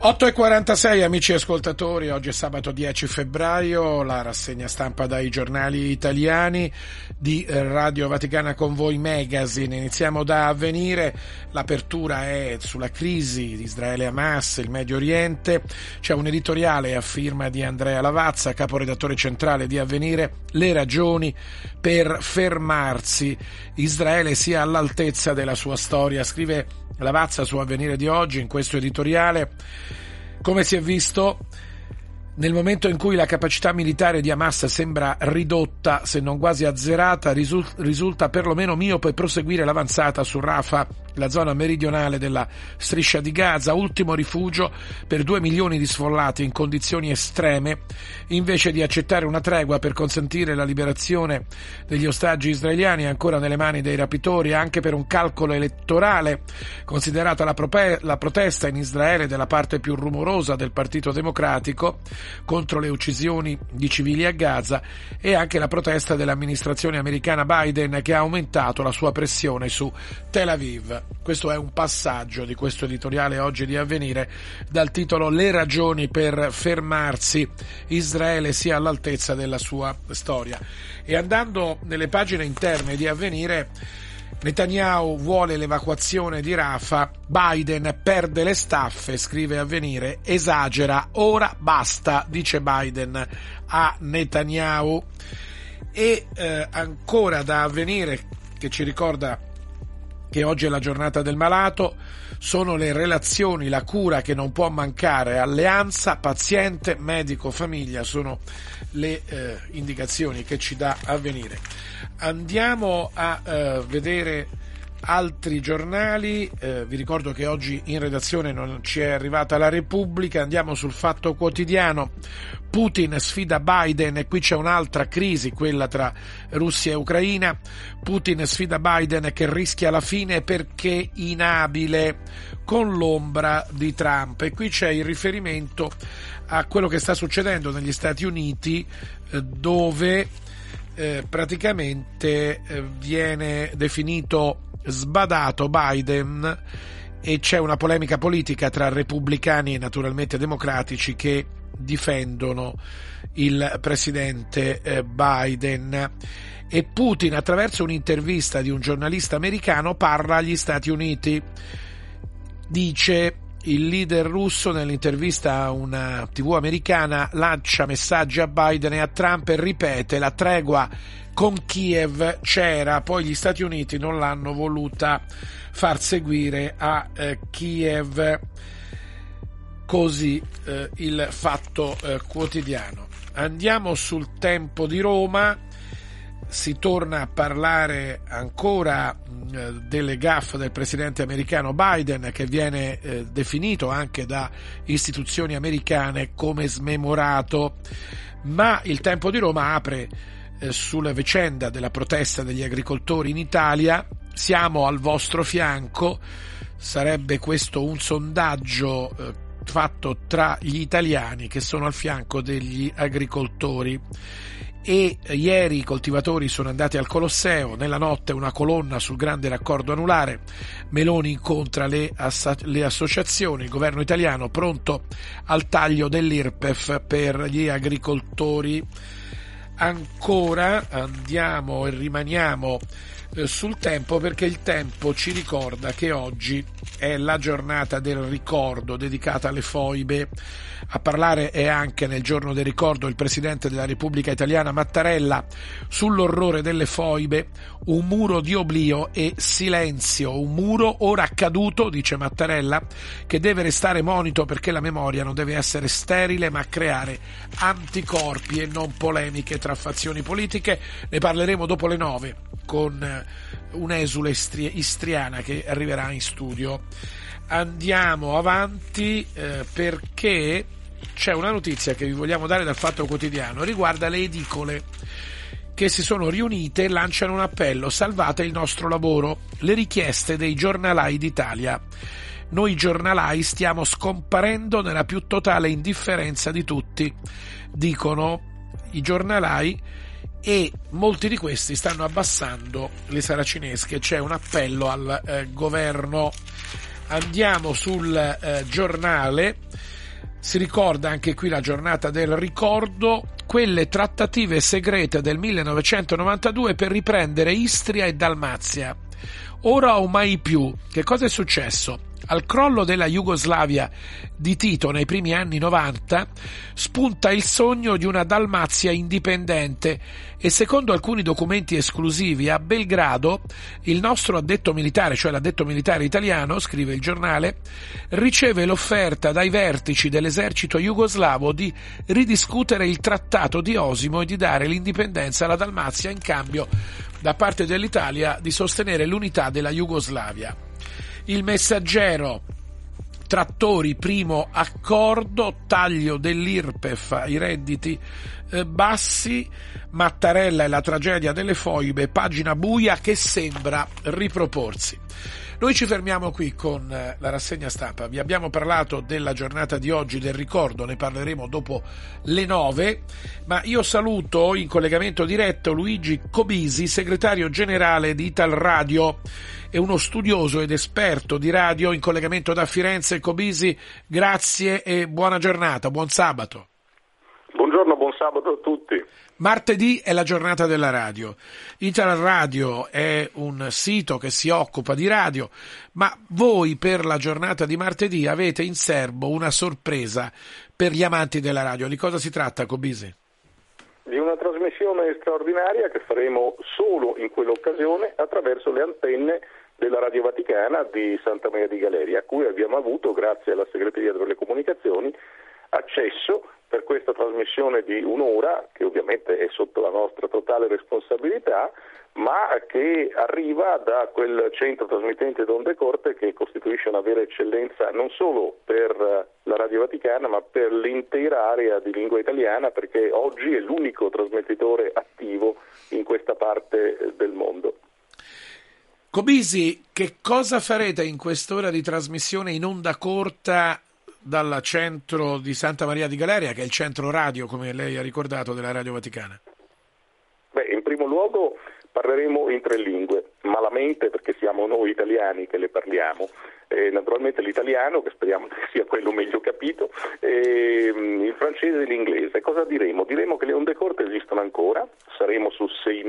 8:46 amici ascoltatori, oggi è sabato 10 febbraio, la rassegna stampa dai giornali italiani di Radio Vaticana con voi Magazine. Iniziamo da Avvenire, l'apertura è sulla crisi di Israele-Hamas, il Medio Oriente, c'è un editoriale a firma di Andrea Lavazza, caporedattore centrale di Avvenire, le ragioni per fermarsi, Israele sia all'altezza della sua storia, scrive Lavazza su Avvenire di oggi in questo editoriale. Come si è visto, nel momento in cui la capacità militare di Hamas sembra ridotta, se non quasi azzerata, risulta perlomeno miope proseguire l'avanzata su Rafah, la zona meridionale della striscia di Gaza, ultimo rifugio per 2 milioni di sfollati in condizioni estreme, invece di accettare una tregua per consentire la liberazione degli ostaggi israeliani ancora nelle mani dei rapitori, anche per un calcolo elettorale, considerata la protesta in Israele della parte più rumorosa del Partito Democratico contro le uccisioni di civili a Gaza, e anche la protesta dell'amministrazione americana Biden, che ha aumentato la sua pressione su Tel Aviv. Questo è un passaggio di questo editoriale oggi di Avvenire dal titolo Le ragioni per fermarsi, Israele sia all'altezza della sua storia. E andando nelle pagine interne di Avvenire, Netanyahu vuole l'evacuazione di Rafah, Biden perde le staffe, scrive Avvenire, esagera, ora basta, dice Biden a Netanyahu. E ancora da Avvenire, che ci ricorda che oggi è la giornata del malato, sono le relazioni, la cura che non può mancare, alleanza, paziente, medico, famiglia, sono le indicazioni che ci dà Avvenire. Andiamo a vedere altri giornali, vi ricordo che oggi in redazione non ci è arrivata la Repubblica, andiamo sul Fatto Quotidiano. Putin sfida Biden e qui c'è un'altra crisi, quella tra Russia e Ucraina. Putin sfida Biden che rischia la fine perché inabile, con l'ombra di Trump, e qui c'è il riferimento a quello che sta succedendo negli Stati Uniti, dove praticamente viene definito sbadato Biden e c'è una polemica politica tra repubblicani e naturalmente democratici che difendono il presidente Biden. E Putin, attraverso un'intervista di un giornalista americano, parla agli Stati Uniti. Dice: il leader russo nell'intervista a una TV americana lancia messaggi a Biden e a Trump e ripete: la tregua con Kiev c'era, poi gli Stati Uniti non l'hanno voluta far seguire a Kiev. Così il Fatto Quotidiano. Andiamo sul Tempo di Roma, si torna a parlare ancora delle gaffe del presidente americano Biden, che viene definito anche da istituzioni americane come smemorato, ma il Tempo di Roma apre sulla vicenda della protesta degli agricoltori in Italia. Siamo al vostro fianco, sarebbe questo un sondaggio fatto tra gli italiani che sono al fianco degli agricoltori. E ieri i coltivatori sono andati al Colosseo, nella notte una colonna sul grande raccordo anulare, Meloni incontra le associazioni, il governo italiano pronto al taglio dell'IRPEF per gli agricoltori. Ancora andiamo e rimaniamo sul Tempo, perché il Tempo ci ricorda che oggi è la giornata del ricordo dedicata alle foibe. A parlare è anche nel giorno del ricordo il Presidente della Repubblica Italiana Mattarella sull'orrore delle foibe, un muro di oblio e silenzio, un muro ora caduto, dice Mattarella, che deve restare monito perché la memoria non deve essere sterile ma creare anticorpi e non polemiche tra fazioni politiche. Ne parleremo dopo le 9 con un'esule istriana che arriverà in studio. Andiamo avanti perché c'è una notizia che vi vogliamo dare dal Fatto Quotidiano, riguarda le edicole che si sono riunite e lanciano un appello: salvate il nostro lavoro, le richieste dei giornalai d'Italia. Noi giornalai stiamo scomparendo nella più totale indifferenza di tutti, dicono i giornalai, e molti di questi stanno abbassando le saracinesche. C'è un appello al governo. Andiamo sul Giornale. Si ricorda anche qui la giornata del ricordo, quelle trattative segrete del 1992 per riprendere Istria e Dalmazia. Ora o mai più. Che cosa è successo? Al crollo della Jugoslavia di Tito nei primi anni 90 spunta il sogno di una Dalmazia indipendente e secondo alcuni documenti esclusivi a Belgrado il nostro addetto militare, cioè l'addetto militare italiano, scrive il giornale, riceve l'offerta dai vertici dell'esercito jugoslavo di ridiscutere il trattato di Osimo e di dare l'indipendenza alla Dalmazia in cambio da parte dell'Italia di sostenere l'unità della Jugoslavia. Il Messaggero, trattori, primo accordo, taglio dell'IRPEF ai redditi bassi, Mattarella e la tragedia delle foibe, pagina buia che sembra riproporsi. Noi ci fermiamo qui con la rassegna stampa. Vi abbiamo parlato della giornata di oggi, del ricordo, ne parleremo dopo le 9, ma io saluto in collegamento diretto Luigi Cobisi, segretario generale di Ital Radio, è uno studioso ed esperto di radio in collegamento da Firenze. Cobisi, grazie e buona giornata, buon sabato. Buongiorno, buon sabato a tutti. Martedì è la giornata della radio. Ital Radio è un sito che si occupa di radio, ma voi per la giornata di martedì avete in serbo una sorpresa per gli amanti della radio. Di cosa si tratta, Cobisi? Di una trasmissione straordinaria che faremo solo in quell'occasione attraverso le antenne della Radio Vaticana di Santa Maria di Galeria, a cui abbiamo avuto, grazie alla Segreteria delle Comunicazioni, accesso per questa trasmissione di un'ora, che ovviamente è sotto la nostra totale responsabilità, ma che arriva da quel centro trasmittente d'onde corte che costituisce una vera eccellenza non solo per la Radio Vaticana, ma per l'intera area di lingua italiana, perché oggi è l'unico trasmettitore attivo in questa parte del mondo. Cobisi, che cosa farete in quest'ora di trasmissione in onda corta dal centro di Santa Maria di Galeria, che è il centro radio, come lei ha ricordato, della Radio Vaticana? Beh, in primo luogo parleremo in 3 lingue, malamente perché siamo noi italiani che le parliamo. Naturalmente l'italiano, che speriamo che sia quello meglio capito, il francese e l'inglese. Cosa diremo? Diremo che le onde corte esistono ancora, saremo su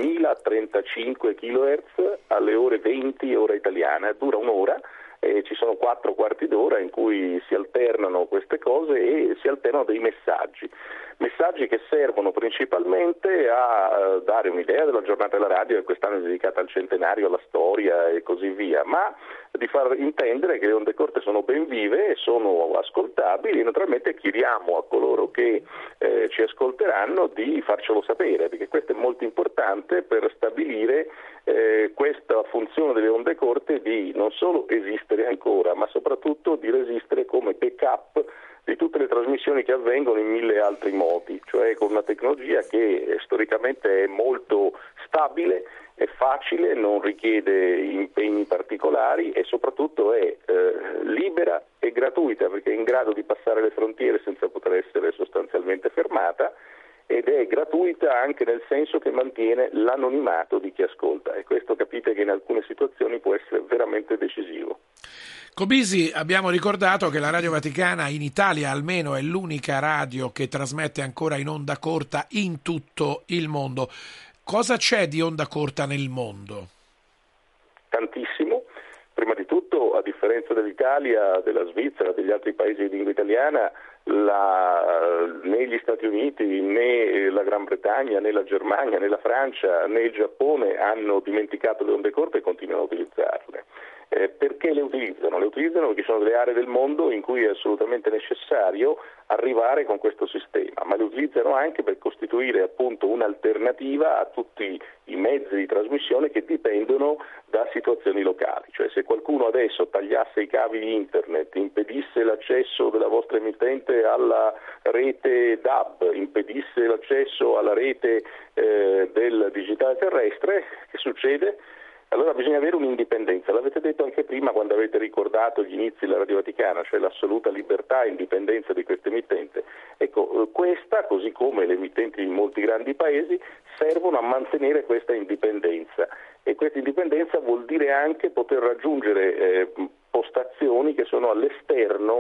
6.035 kHz alle ore 20 ora italiana, dura un'ora. Ci sono 4 quarti d'ora in cui si alternano queste cose e si alternano dei messaggi che servono principalmente a dare un'idea della giornata della radio, che quest'anno è dedicata al centenario, alla storia e così via, ma di far intendere che le onde corte sono ben vive, sono ascoltabili e naturalmente chiediamo a coloro che ci ascolteranno di farcelo sapere, perché questo è molto importante per stabilire questa funzione delle onde corte di non solo esistere ancora, ma soprattutto di resistere come backup di tutte le trasmissioni che avvengono in 1000 altri modi, cioè con una tecnologia che storicamente è molto stabile, è facile, non richiede impegni particolari e soprattutto è libera e gratuita, perché è in grado di passare le frontiere senza poter essere sostanzialmente fermata, ed è gratuita anche nel senso che mantiene l'anonimato di chi ascolta, e questo capite che in alcune situazioni può essere veramente decisivo. Cobisi, abbiamo ricordato che la Radio Vaticana in Italia almeno è l'unica radio che trasmette ancora in onda corta in tutto il mondo. Cosa c'è di onda corta nel mondo? Tantissimo. Prima di tutto, a differenza dell'Italia, della Svizzera, degli altri paesi di lingua italiana, né gli Stati Uniti, né la Gran Bretagna, né la Germania, né la Francia, né il Giappone hanno dimenticato le onde corte e continuano a utilizzarle. Perché le utilizzano? Le utilizzano perché ci sono delle aree del mondo in cui è assolutamente necessario arrivare con questo sistema, ma le utilizzano anche per costituire appunto un'alternativa a tutti i mezzi di trasmissione che dipendono da situazioni locali. Cioè, se qualcuno adesso tagliasse i cavi di internet, impedisse l'accesso della vostra emittente alla rete DAB, impedisse l'accesso alla rete del digitale terrestre, che succede? Allora bisogna avere un'indipendenza, l'avete detto anche prima quando avete ricordato gli inizi della Radio Vaticana, cioè l'assoluta libertà e indipendenza di questa emittente. Ecco, questa, così come le emittenti in molti grandi paesi, servono a mantenere questa indipendenza, e questa indipendenza vuol dire anche poter raggiungere postazioni che sono all'esterno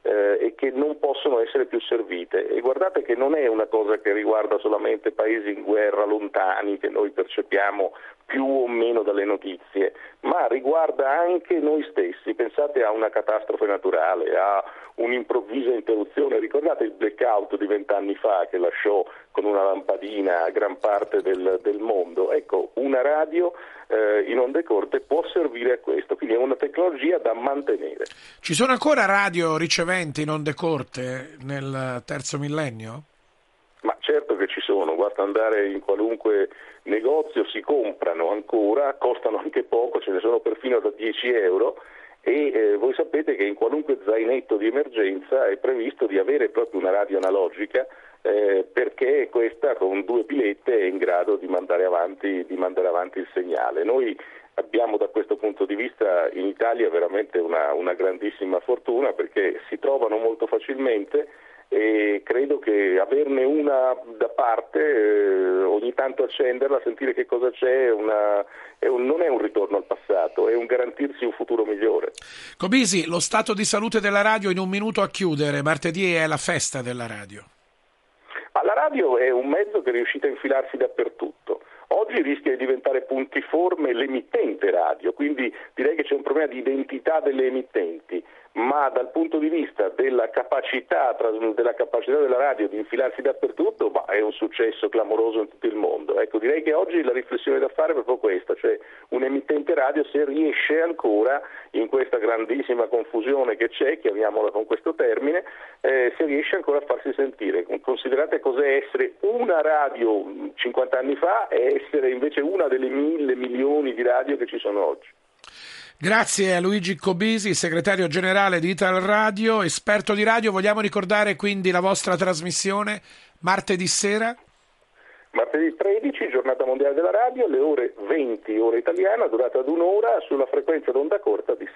e che non possono essere più servite. E guardate che non è una cosa che riguarda solamente paesi in guerra lontani che noi percepiamo più o meno dalle notizie, ma riguarda anche noi stessi. Pensate a una catastrofe naturale, a un'improvvisa interruzione. Ricordate il blackout di 20 anni fa che lasciò con una lampadina gran parte del mondo? Ecco, una radio in onde corte può servire a questo, quindi è una tecnologia da mantenere. Ci sono ancora radio riceventi in onde corte nel terzo millennio? Ma certo che ci sono, basta andare in qualunque negozio, si comprano ancora, costano anche poco, ce ne sono perfino da 10 euro e voi sapete che in qualunque zainetto di emergenza è previsto di avere proprio una radio analogica perché questa con 2 pilette è in grado di mandare avanti il segnale. Noi abbiamo da questo punto di vista in Italia veramente una grandissima fortuna perché si trovano molto facilmente e credo che averne una da parte, ogni tanto accenderla, sentire che cosa c'è, non è un ritorno al passato, è un garantirsi un futuro migliore. Cobisi, lo stato di salute della radio in un minuto a chiudere. Martedì è la festa della radio. La radio è un mezzo che è riuscito a infilarsi dappertutto. Oggi rischia di diventare puntiforme l'emittente radio, quindi direi che c'è un problema di identità delle emittenti, ma dal punto di vista della capacità della radio di infilarsi dappertutto, è un successo clamoroso in tutto il mondo. Ecco, direi che oggi la riflessione da fare è proprio questa, cioè un emittente radio se riesce ancora in questa grandissima confusione che c'è, chiamiamola con questo termine, se riesce ancora a farsi sentire. Considerate cos'è essere una radio 50 anni fa e essere invece una delle 1.000 milioni di radio che ci sono oggi. Grazie a Luigi Cobisi, segretario generale di Ital Radio, esperto di radio. Vogliamo ricordare quindi la vostra trasmissione martedì sera? Martedì 13, giornata mondiale della radio, alle ore 20, ora italiana, durata ad un'ora, sulla frequenza d'onda corta di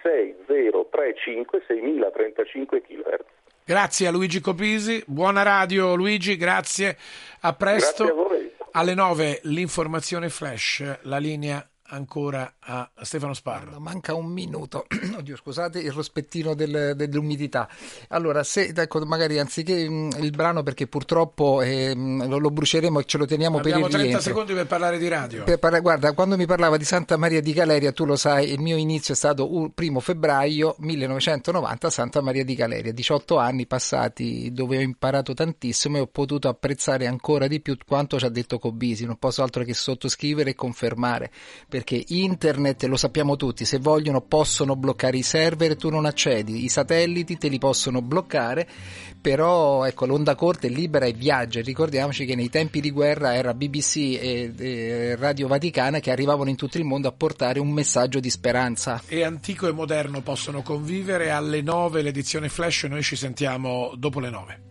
6035 kHz. Grazie a Luigi Cobisi, buona radio Luigi, grazie, a presto. Grazie a voi. Alle 9 l'informazione flash, la linea ancora a Stefano Sparro. Manca un minuto. Oddio, scusate, il rospettino dell'umidità. Allora, magari anziché il brano, perché purtroppo lo bruceremo e ce lo teniamo per il rientro. Abbiamo 30 secondi per parlare di radio. Guarda, quando mi parlava di Santa Maria di Galeria, tu lo sai, il mio inizio è stato 1 febbraio 1990 a Santa Maria di Galeria. 18 anni passati dove ho imparato tantissimo e ho potuto apprezzare ancora di più quanto ci ha detto Cobisi. Non posso altro che sottoscrivere e confermare, perché internet, lo sappiamo tutti, se vogliono possono bloccare i server e tu non accedi, i satelliti te li possono bloccare, però ecco, l'onda corta è libera e viaggia. Ricordiamoci che nei tempi di guerra era BBC e Radio Vaticana che arrivavano in tutto il mondo a portare un messaggio di speranza. E antico e moderno possono convivere. Alle 9 l'edizione flash, noi ci sentiamo dopo le 9.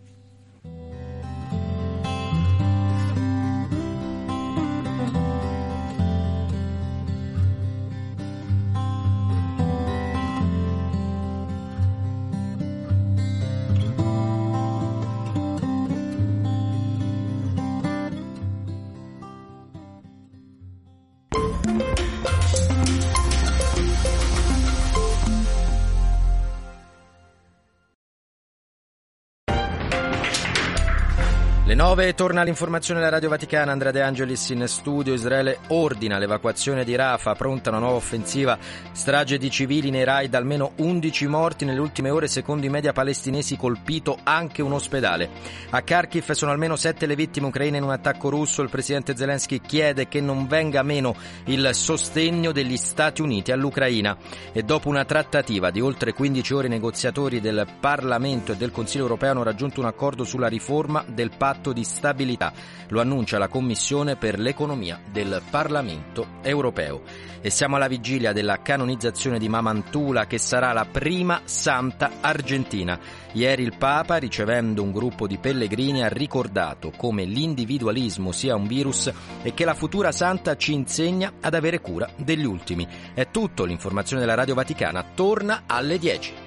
Le 9 torna l'informazione della Radio Vaticana. Andrea De Angelis in studio. Israele ordina l'evacuazione di Rafah, pronta una nuova offensiva, strage di civili nei raid, almeno 11 morti nelle ultime ore, secondo i media palestinesi, colpito anche un ospedale. A Kharkiv sono almeno 7 le vittime ucraine in un attacco russo. Il presidente Zelensky chiede che non venga meno il sostegno degli Stati Uniti all'Ucraina. E dopo una trattativa di oltre 15 ore, i negoziatori del Parlamento e del Consiglio europeo hanno raggiunto un accordo sulla riforma del patto di stabilità. Lo annuncia la Commissione per l'economia del Parlamento europeo. E siamo alla vigilia della canonizzazione di Mamantula, che sarà la prima santa argentina. Ieri il Papa, ricevendo un gruppo di pellegrini, ha ricordato come l'individualismo sia un virus e che la futura santa ci insegna ad avere cura degli ultimi. È tutto, l'informazione della Radio Vaticana torna alle 10.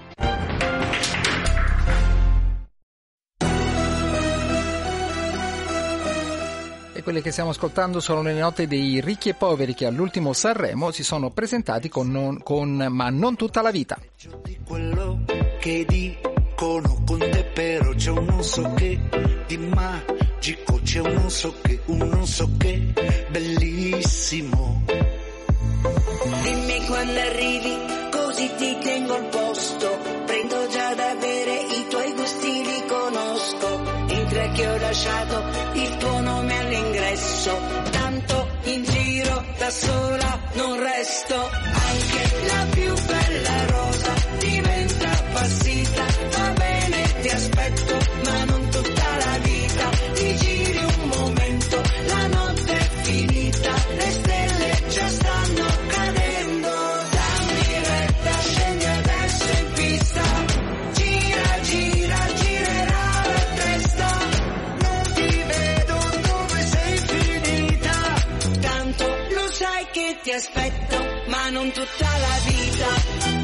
Quelle che stiamo ascoltando sono le note dei ricchi e poveri che all'ultimo Sanremo si sono presentati con Ma non tutta la vita. Di quello che dico dicono con te, però c'è un non so che di magico, c'è un non so che bellissimo. Dimmi quando arrivi, così ti tengo al posto. Prendo già da bere, i tuoi gusti li conosco. Entra che ho lasciato il tuo nome all'ingresso. Tanto in giro da sola non resto. Anche la più bella rosa diventa appassita. Va bene, ti aspetto, ma non tutta la vita. Ti giri un momento, la notte è finita. Le stelle già stanno cadendo. Dammi retta, scendi adesso in pista. Gira, gira, girerà la testa. Non ti vedo dove sei finita. Tanto lo sai che ti aspetto, ma non tutta la vita.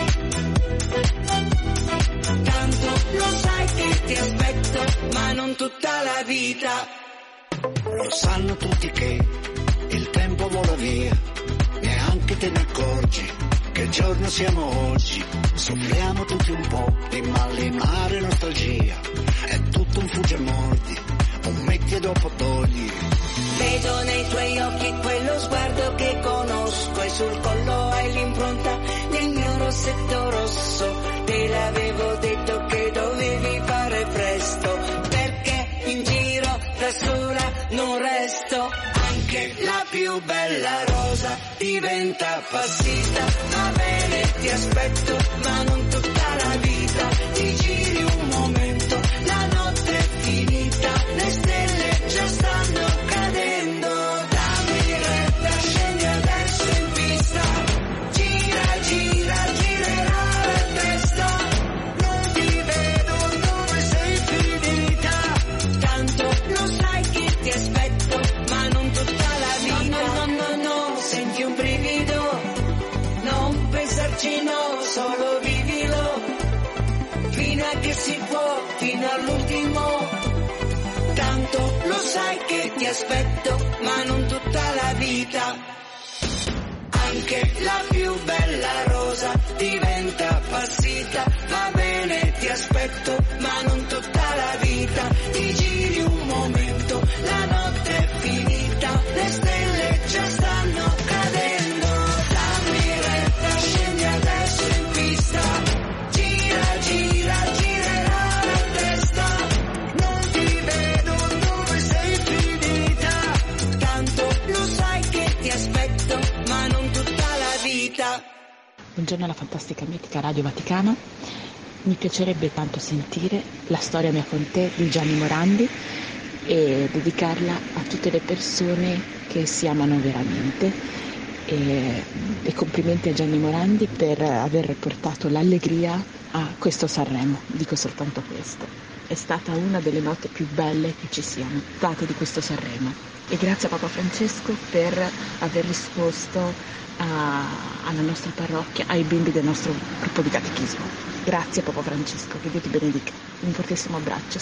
Tanto lo sai che ti aspetto, ma non tutta la vita. Lo sanno tutti che il tempo vola via, neanche te ne accorgi che giorno siamo oggi. Soffriamo tutti un po' di malinare e nostalgia, è tutto un fugge e mordi, un metti e dopo togli. Vedo nei tuoi occhi quello sguardo che conosco e sul collo hai l'impronta del mio rossetto rosso. Te l'avevo detto che dovevi fare presto, perché in giro da sola non resto. Anche la più bella rosa diventa appassita. Va bene, ti aspetto, ma non tutta la vita. Ti giri un momento, la notte è finita. Le stelle già stanno cadendo. Dammi retta, scendi adesso in pista. Gira, gira, girerà la testa. Non ti vedo dove sei finita. Tanto lo sai che ti aspetto, ma non tutta la vita. No, no, no, no, senti un brivido. Non pensarci, no, solo vivilo. Fino a che si può, fino all'ultimo. Tanto lo sai che ti aspetto, ma non tutta la vita. Anche la più bella rosa diventa appassita. Va bene, ti aspetto, ma non tutta la vita. Ti giri un momento, la notte è finita. Le stelle già stanno cadendo. Dammi retta, scendi adesso in pista. Gira, gira, girerà la testa. Non ti vedo dove sei finita. Tanto lo sai che ti aspetto, ma non tutta la vita. Buongiorno alla fantastica mitica Radio Vaticana. Mi piacerebbe tanto sentire La storia mia con te di Gianni Morandi e dedicarla a tutte le persone che si amano veramente. E complimenti a Gianni Morandi per aver portato l'allegria a questo Sanremo. Dico soltanto questo. È stata una delle note più belle che ci siano state di questo Sanremo. E grazie a Papa Francesco per aver risposto alla nostra parrocchia, ai bimbi del nostro gruppo di catechismo. Grazie Papa Francesco, che Dio ti benedica. Un fortissimo abbraccio.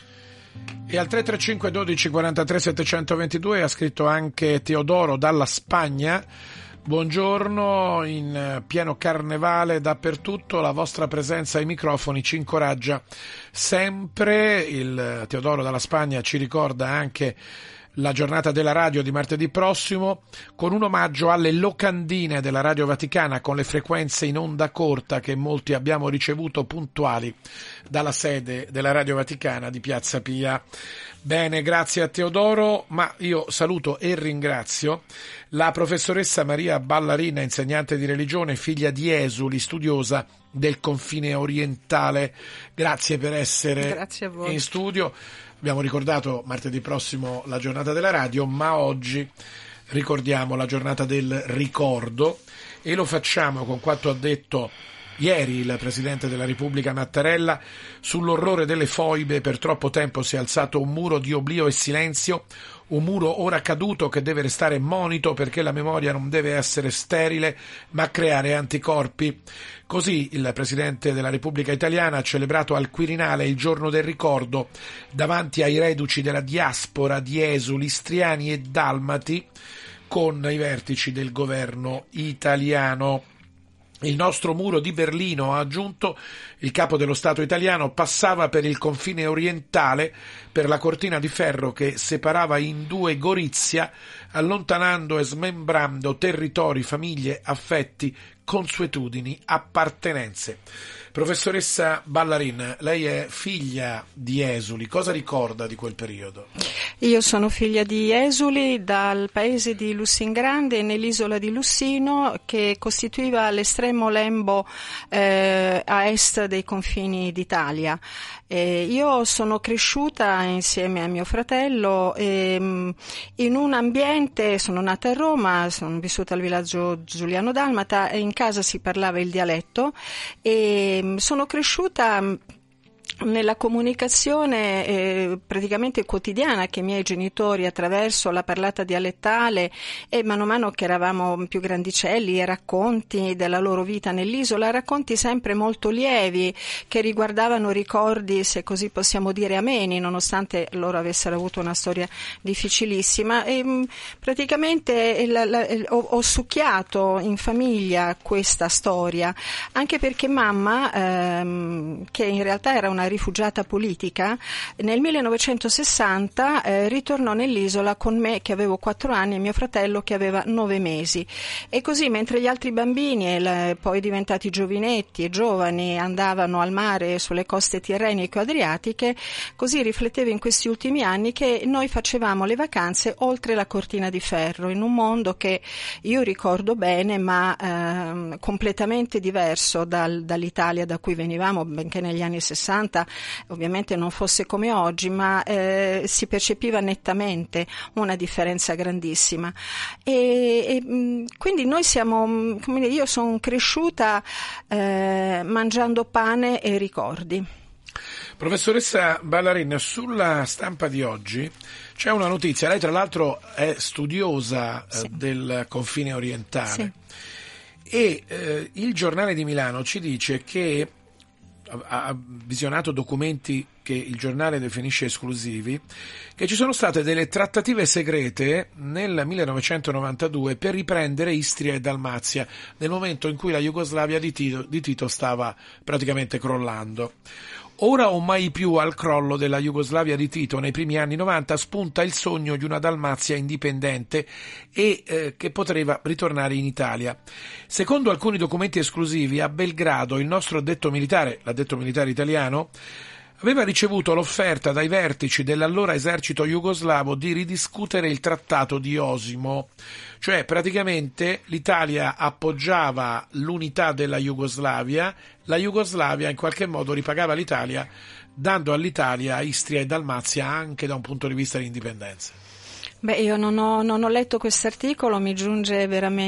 E al 335 12 43 722 ha scritto anche Teodoro dalla Spagna. Buongiorno, in pieno carnevale dappertutto, la vostra presenza ai microfoni ci incoraggia sempre. Il Teodoro dalla Spagna ci ricorda anche la giornata della radio di martedì prossimo, con un omaggio alle locandine della Radio Vaticana con le frequenze in onda corta che molti abbiamo ricevuto puntuali dalla sede della Radio Vaticana di Piazza Pia. Bene, grazie a Teodoro, ma io saluto e ringrazio la professoressa Maria Ballarina, insegnante di religione, figlia di Esuli, studiosa del confine orientale. Grazie per essere in studio. Abbiamo ricordato martedì prossimo la giornata della radio, ma oggi ricordiamo la giornata del ricordo e lo facciamo con quanto ha detto ieri il Presidente della Repubblica Mattarella. Sull'orrore delle foibe per troppo tempo si è alzato un muro di oblio e silenzio, un muro ora caduto che deve restare monito perché la memoria non deve essere sterile ma creare anticorpi. Così il Presidente della Repubblica Italiana ha celebrato al Quirinale il giorno del ricordo davanti ai reduci della diaspora di esuli, istriani e dalmati con i vertici del governo italiano. Il nostro muro di Berlino, ha aggiunto il capo dello Stato italiano, passava per il confine orientale, per la cortina di ferro che separava in due Gorizia, allontanando e smembrando territori, famiglie, affetti, consuetudini, appartenenze. Professoressa Ballarin, lei è figlia di esuli, cosa ricorda di quel periodo? Io sono figlia di esuli dal paese di Lussingrande, nell'isola di Lussino, che costituiva l'estremo lembo a est dei confini d'Italia. Io sono cresciuta insieme a mio fratello in un ambiente, sono nata a Roma, sono vissuta al villaggio Giuliano Dalmata, in casa si parlava il dialetto e sono cresciuta nella comunicazione praticamente quotidiana che i miei genitori, attraverso la parlata dialettale e mano a mano che eravamo più grandicelli, racconti della loro vita nell'isola, racconti sempre molto lievi che riguardavano ricordi, se così possiamo dire, ameni, nonostante loro avessero avuto una storia difficilissima. E praticamente ho succhiato in famiglia questa storia, anche perché mamma, che in realtà era una rifugiata politica, nel 1960 ritornò nell'isola con me che avevo 4 anni e mio fratello che aveva 9 mesi. E così, mentre gli altri bambini, poi diventati giovinetti e giovani, andavano al mare sulle coste tirreniche o adriatiche, così riflettevo in questi ultimi anni che noi facevamo le vacanze oltre la cortina di ferro, in un mondo che io ricordo bene, ma completamente diverso dall'Italia da cui venivamo, benché negli anni 60 ovviamente non fosse come oggi, ma si percepiva nettamente una differenza grandissima. E quindi noi siamo, come dire, io sono cresciuta mangiando pane e ricordi. Professoressa Ballarin, sulla stampa di oggi c'è una notizia, lei tra l'altro è studiosa del confine orientale, e il Giornale di Milano ci dice che ha visionato documenti che il giornale definisce esclusivi, che ci sono state delle trattative segrete nel 1992 per riprendere Istria e Dalmazia, nel momento in cui la Jugoslavia di Tito stava praticamente crollando. Ora o mai più, al crollo della Jugoslavia di Tito nei primi anni 90, spunta il sogno di una Dalmazia indipendente e che poteva ritornare in Italia. Secondo alcuni documenti esclusivi, a Belgrado il nostro l'addetto militare italiano, aveva ricevuto l'offerta dai vertici dell'allora esercito jugoslavo di ridiscutere il trattato di Osimo, cioè praticamente l'Italia appoggiava l'unità della Jugoslavia, la Jugoslavia in qualche modo ripagava l'Italia dando all'Italia Istria e Dalmazia anche da un punto di vista di indipendenza. Beh, io non ho letto quest'articolo, mi giunge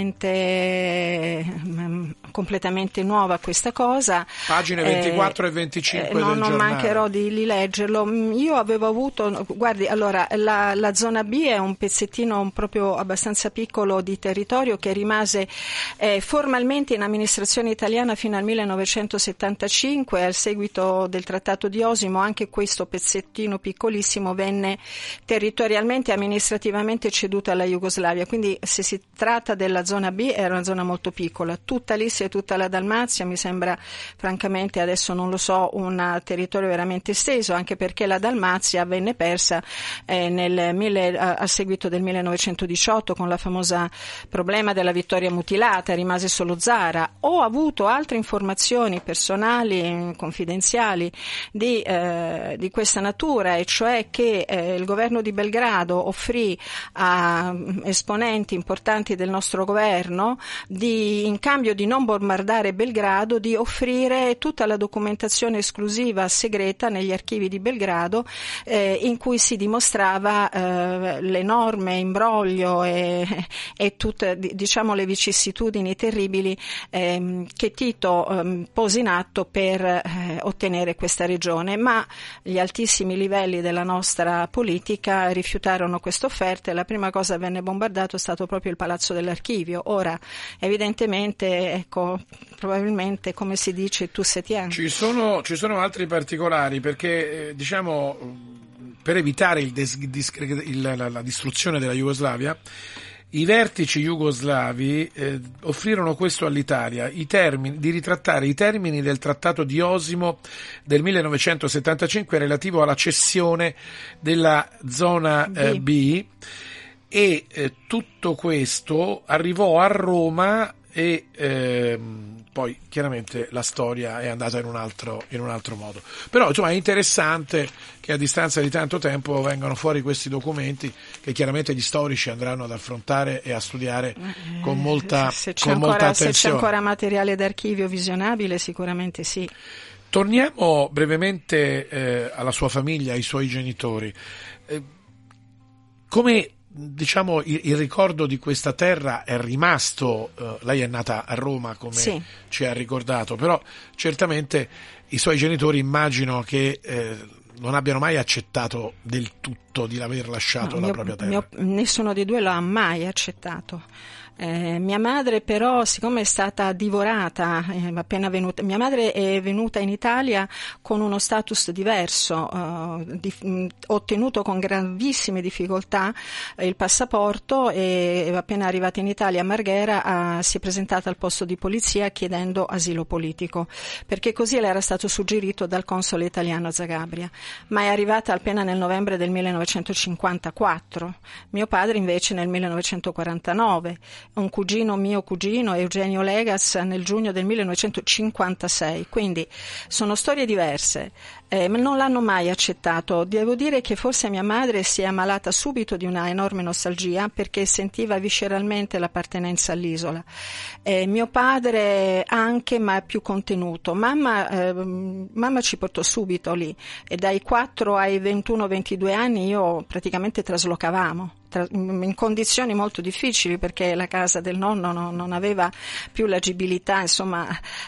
veramente completamente nuova questa cosa. Pagine 24 e 25 del giornale. Non mancherò di leggerlo. Io avevo avuto, guardi, allora la zona B è un pezzettino proprio abbastanza piccolo di territorio che rimase formalmente in amministrazione italiana fino al 1975, al seguito del trattato di Osimo anche questo pezzettino piccolissimo venne territorialmente amministrativamente ceduta alla Jugoslavia, quindi se si tratta della zona B era una zona molto piccola. Tutta l'Istria e tutta la Dalmazia mi sembra, francamente adesso non lo so, un territorio veramente esteso, anche perché la Dalmazia venne persa a seguito del 1918 con la famosa problema della vittoria mutilata, rimase solo Zara. Ho avuto altre informazioni personali, confidenziali di questa natura, e cioè che il governo di Belgrado offrì a esponenti importanti del nostro governo in cambio di non bombardare Belgrado, di offrire tutta la documentazione esclusiva segreta negli archivi di Belgrado in cui si dimostrava l'enorme imbroglio e tutte, diciamo, le vicissitudini terribili che Tito pose in atto per ottenere questa regione, ma gli altissimi livelli della nostra politica rifiutarono questa offerta e la prima cosa che venne bombardato è stato proprio il Palazzo dell'Archivio. Ora, evidentemente, ecco, probabilmente, come si dice, tu se tieni. Ci sono altri particolari perché, diciamo, per evitare la distruzione della Jugoslavia, I vertici jugoslavi offrirono questo all'Italia, di ritrattare i termini del Trattato di Osimo del 1975 relativo alla cessione della zona B, e tutto questo arrivò a Roma e poi chiaramente la storia è andata in un altro modo. Però insomma è interessante che a distanza di tanto tempo vengano fuori questi documenti che chiaramente gli storici andranno ad affrontare e a studiare con molta attenzione. Se c'è ancora materiale d'archivio visionabile, sicuramente sì. Torniamo brevemente alla sua famiglia, ai suoi genitori. Come diciamo il ricordo di questa terra è rimasto, lei è nata a Roma come sì, ci ha ricordato, però certamente i suoi genitori immagino che non abbiano mai accettato del tutto di aver lasciato la propria terra. Nessuno dei due lo ha mai accettato. Mia madre però, siccome è stata divorata appena venuta, mia madre è venuta in Italia con uno status diverso, ottenuto con gravissime difficoltà il passaporto, e appena arrivata in Italia a Marghera si è presentata al posto di polizia chiedendo asilo politico, perché così le era stato suggerito dal console italiano a Zagabria, ma è arrivata appena nel novembre del 1954, mio padre invece nel 1949. Un mio cugino Eugenio Legas nel giugno del 1956, quindi sono storie diverse, ma non l'hanno mai accettato. Devo dire che forse mia madre si è ammalata subito di una enorme nostalgia perché sentiva visceralmente l'appartenenza all'isola, mio padre anche, ma più contenuto. Mamma ci portò subito lì, e dai 4 ai 21-22 anni io praticamente traslocavamo in condizioni molto difficili, perché la casa del nonno non aveva più l'agibilità, insomma,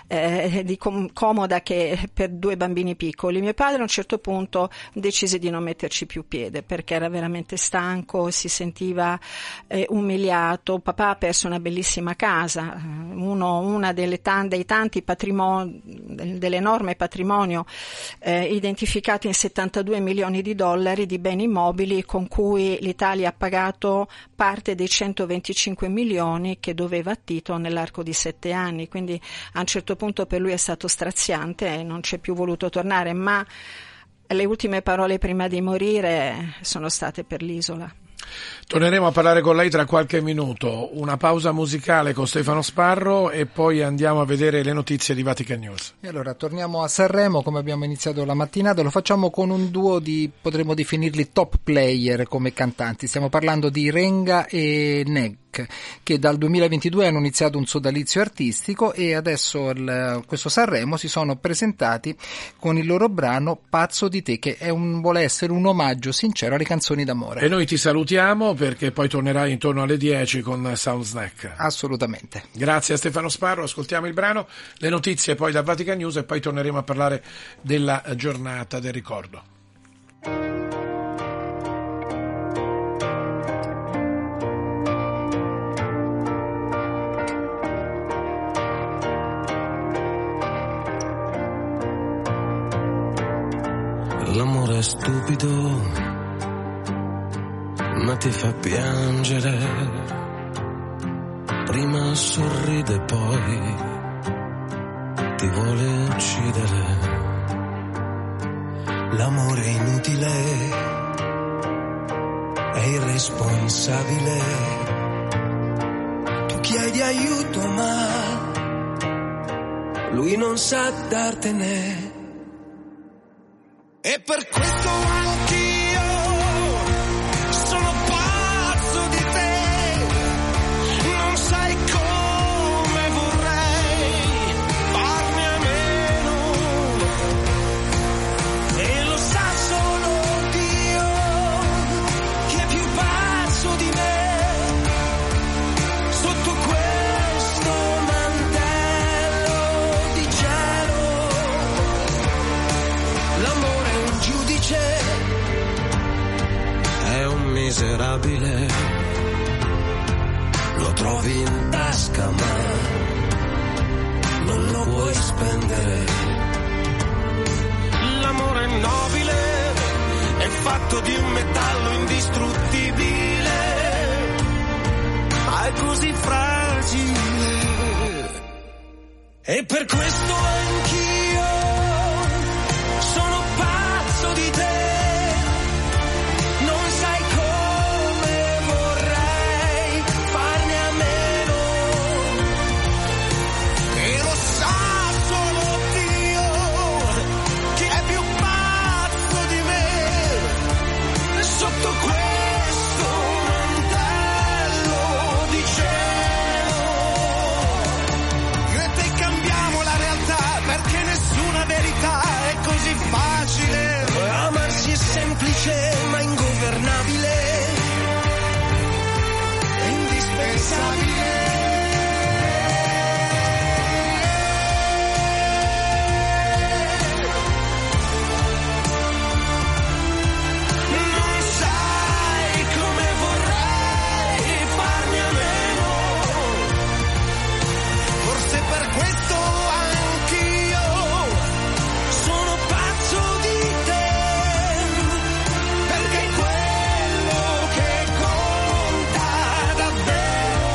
comoda che per 2 bambini piccoli. Mio padre a un certo punto decise di non metterci più piede perché era veramente stanco, si sentiva umiliato. Papà ha perso una bellissima casa, una dei tanti patrimoni, dell'enorme patrimonio identificato in $72 milioni di beni immobili, con cui l'Italia ha pagato parte dei 125 milioni che doveva a Tito nell'arco di 7 anni, quindi a un certo punto per lui è stato straziante e non c'è più voluto tornare, ma le ultime parole prima di morire sono state per l'isola. Torneremo a parlare con lei tra qualche minuto, una pausa musicale con Stefano Sparro e poi andiamo a vedere le notizie di Vatican News. E allora torniamo a Sanremo, come abbiamo iniziato la mattinata, lo facciamo con un duo potremmo definirli top player come cantanti. Stiamo parlando di Renga e Neg, che dal 2022 hanno iniziato un sodalizio artistico e adesso questo Sanremo si sono presentati con il loro brano Pazzo di te, che vuole essere un omaggio sincero alle canzoni d'amore. E noi ti salutiamo perché poi tornerai intorno alle 10 con Sound Snack. Assolutamente. Grazie a Stefano Sparro, ascoltiamo il brano, le notizie poi da Vatican News e poi torneremo a parlare della giornata del ricordo. L'amore è stupido, ma ti fa piangere. Prima sorride, poi ti vuole uccidere. L'amore è inutile, è irresponsabile. Tu chiedi aiuto, ma lui non sa dartene. E per questo anch'io sono pazzo di te, non sai come vorrei farne a meno, e lo sa solo Dio che è più pazzo di me, sotto questo mantello di cielo. L'amore è un miserabile, lo trovi in tasca ma non lo puoi spendere. L'amore è nobile, è fatto di un metallo indistruttibile, fragile. E per questo anch'io sono pazzo di te. Non sai come vorrei farne a meno. E lo sa solo Dio chi è più pazzo di me. Sotto questo mantello di cielo io e te cambiamo la realtà, perché nessuna verità è così facile. Amarsi è semplice ma ingovernabile, è indispensabile. Non sai come vorrei farne a meno. Forse per questo anch'io sono pazzo di te, perché è quello che conta davvero.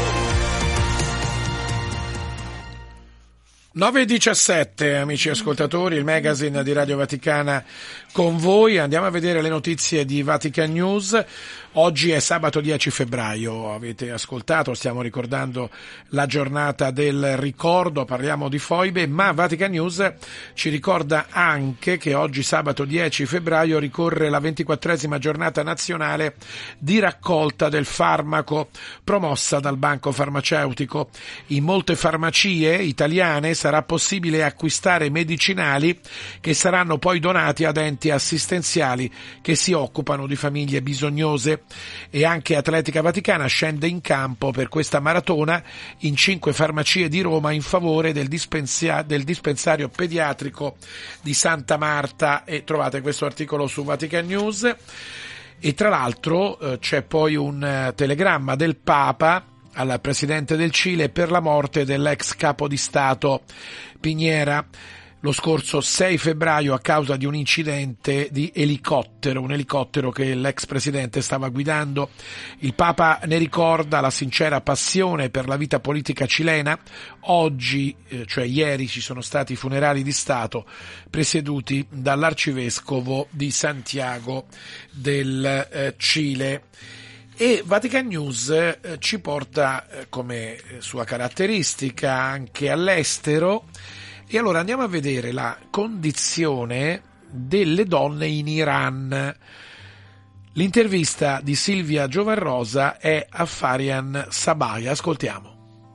9:17, amici ascoltatori, il magazine di Radio Vaticana con voi. Andiamo a vedere le notizie di Vatican News. Oggi è sabato 10 febbraio, avete ascoltato, stiamo ricordando la giornata del ricordo, parliamo di foibe, ma Vatican News ci ricorda anche che oggi sabato 10 febbraio ricorre la 24esima giornata nazionale di raccolta del farmaco promossa dal Banco Farmaceutico. In molte farmacie italiane sarà possibile acquistare medicinali che saranno poi donati ad enti assistenziali che si occupano di famiglie bisognose. E anche Atletica Vaticana scende in campo per questa maratona in 5 farmacie di Roma in favore del dispensario pediatrico di Santa Marta, e trovate questo articolo su Vatican News. E tra l'altro c'è poi un telegramma del Papa al Presidente del Cile per la morte dell'ex capo di Stato Piñera lo scorso 6 febbraio a causa di un incidente di elicottero, un elicottero che l'ex presidente stava guidando. Il Papa ne ricorda la sincera passione per la vita politica cilena. Oggi, cioè ieri, ci sono stati i funerali di Stato presieduti dall'arcivescovo di Santiago del Cile. E Vatican News ci porta come sua caratteristica anche all'estero. E allora andiamo a vedere la condizione delle donne in Iran. L'intervista di Silvia Giovarrosa è a Farian Sabaya. Ascoltiamo.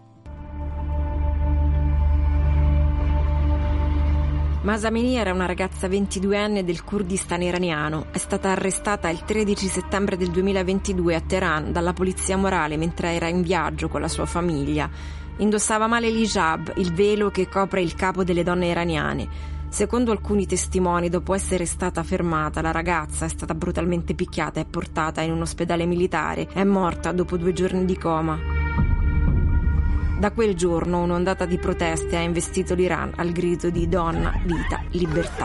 Mahsa Amini era una ragazza 22enne del Kurdistan iraniano. È stata arrestata il 13 settembre del 2022 a Teheran dalla polizia morale mentre era in viaggio con la sua famiglia. Indossava male l'hijab, il velo che copre il capo delle donne iraniane. Secondo alcuni testimoni, dopo essere stata fermata, la ragazza è stata brutalmente picchiata e portata in un ospedale militare. È morta dopo 2 giorni di coma. Da quel giorno un'ondata di proteste ha investito l'Iran al grido di donna, vita, libertà.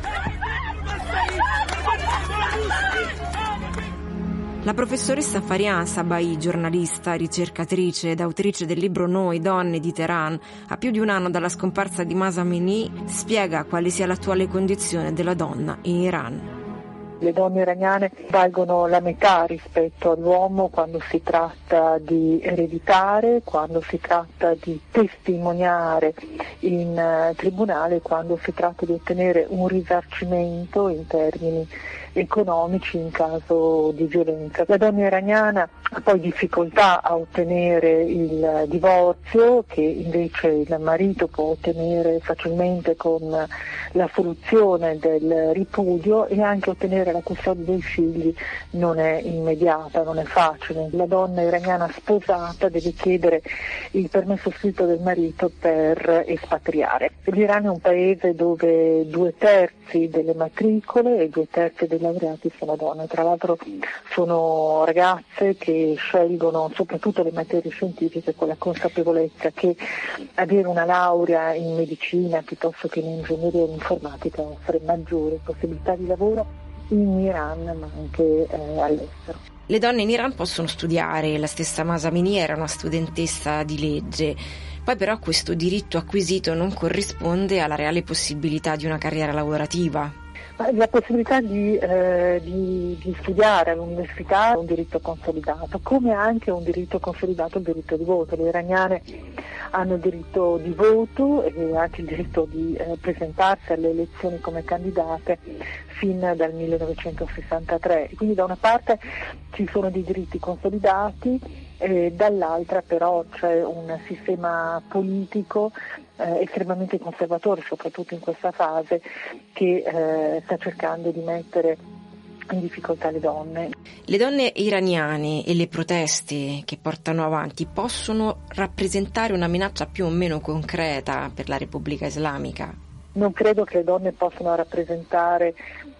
La professoressa Farian Sabai, giornalista, ricercatrice ed autrice del libro Noi, donne di Teheran, a più di un anno dalla scomparsa di Mahsa Amini, spiega quale sia l'attuale condizione della donna in Iran. Le donne iraniane valgono la metà rispetto all'uomo quando si tratta di ereditare, quando si tratta di testimoniare in tribunale, quando si tratta di ottenere un risarcimento in termini economici in caso di violenza. La donna iraniana ha poi difficoltà a ottenere il divorzio, che invece il marito può ottenere facilmente con la soluzione del ripudio, e anche ottenere la custodia dei figli non è immediata, non è facile. La donna iraniana sposata deve chiedere il permesso scritto del marito per espatriare. L'Iran è un paese dove 2/3 delle matricole e 2/3 dei laureati sono donne. Tra l'altro sono ragazze che scelgono soprattutto le materie scientifiche con la consapevolezza che avere una laurea in medicina piuttosto che in ingegneria e in informatica offre maggiori possibilità di lavoro. in Iran ma anche all'estero. Le donne in Iran possono studiare, la stessa Mahsa Amini era una studentessa di legge, poi però questo diritto acquisito non corrisponde alla reale possibilità di una carriera lavorativa. La possibilità di studiare all'università è un diritto consolidato, come anche un diritto consolidato il diritto di voto. Le iraniane hanno il diritto di voto e anche il diritto di presentarsi alle elezioni come candidate fin dal 1963. Quindi da una parte ci sono dei diritti consolidati, dall'altra però c'è un sistema politico estremamente conservatore, soprattutto in questa fase, che sta cercando di mettere in difficoltà le donne. Le donne iraniane e le proteste che portano avanti possono rappresentare una minaccia più o meno concreta per la Repubblica Islamica? Non credo che le donne possano rappresentare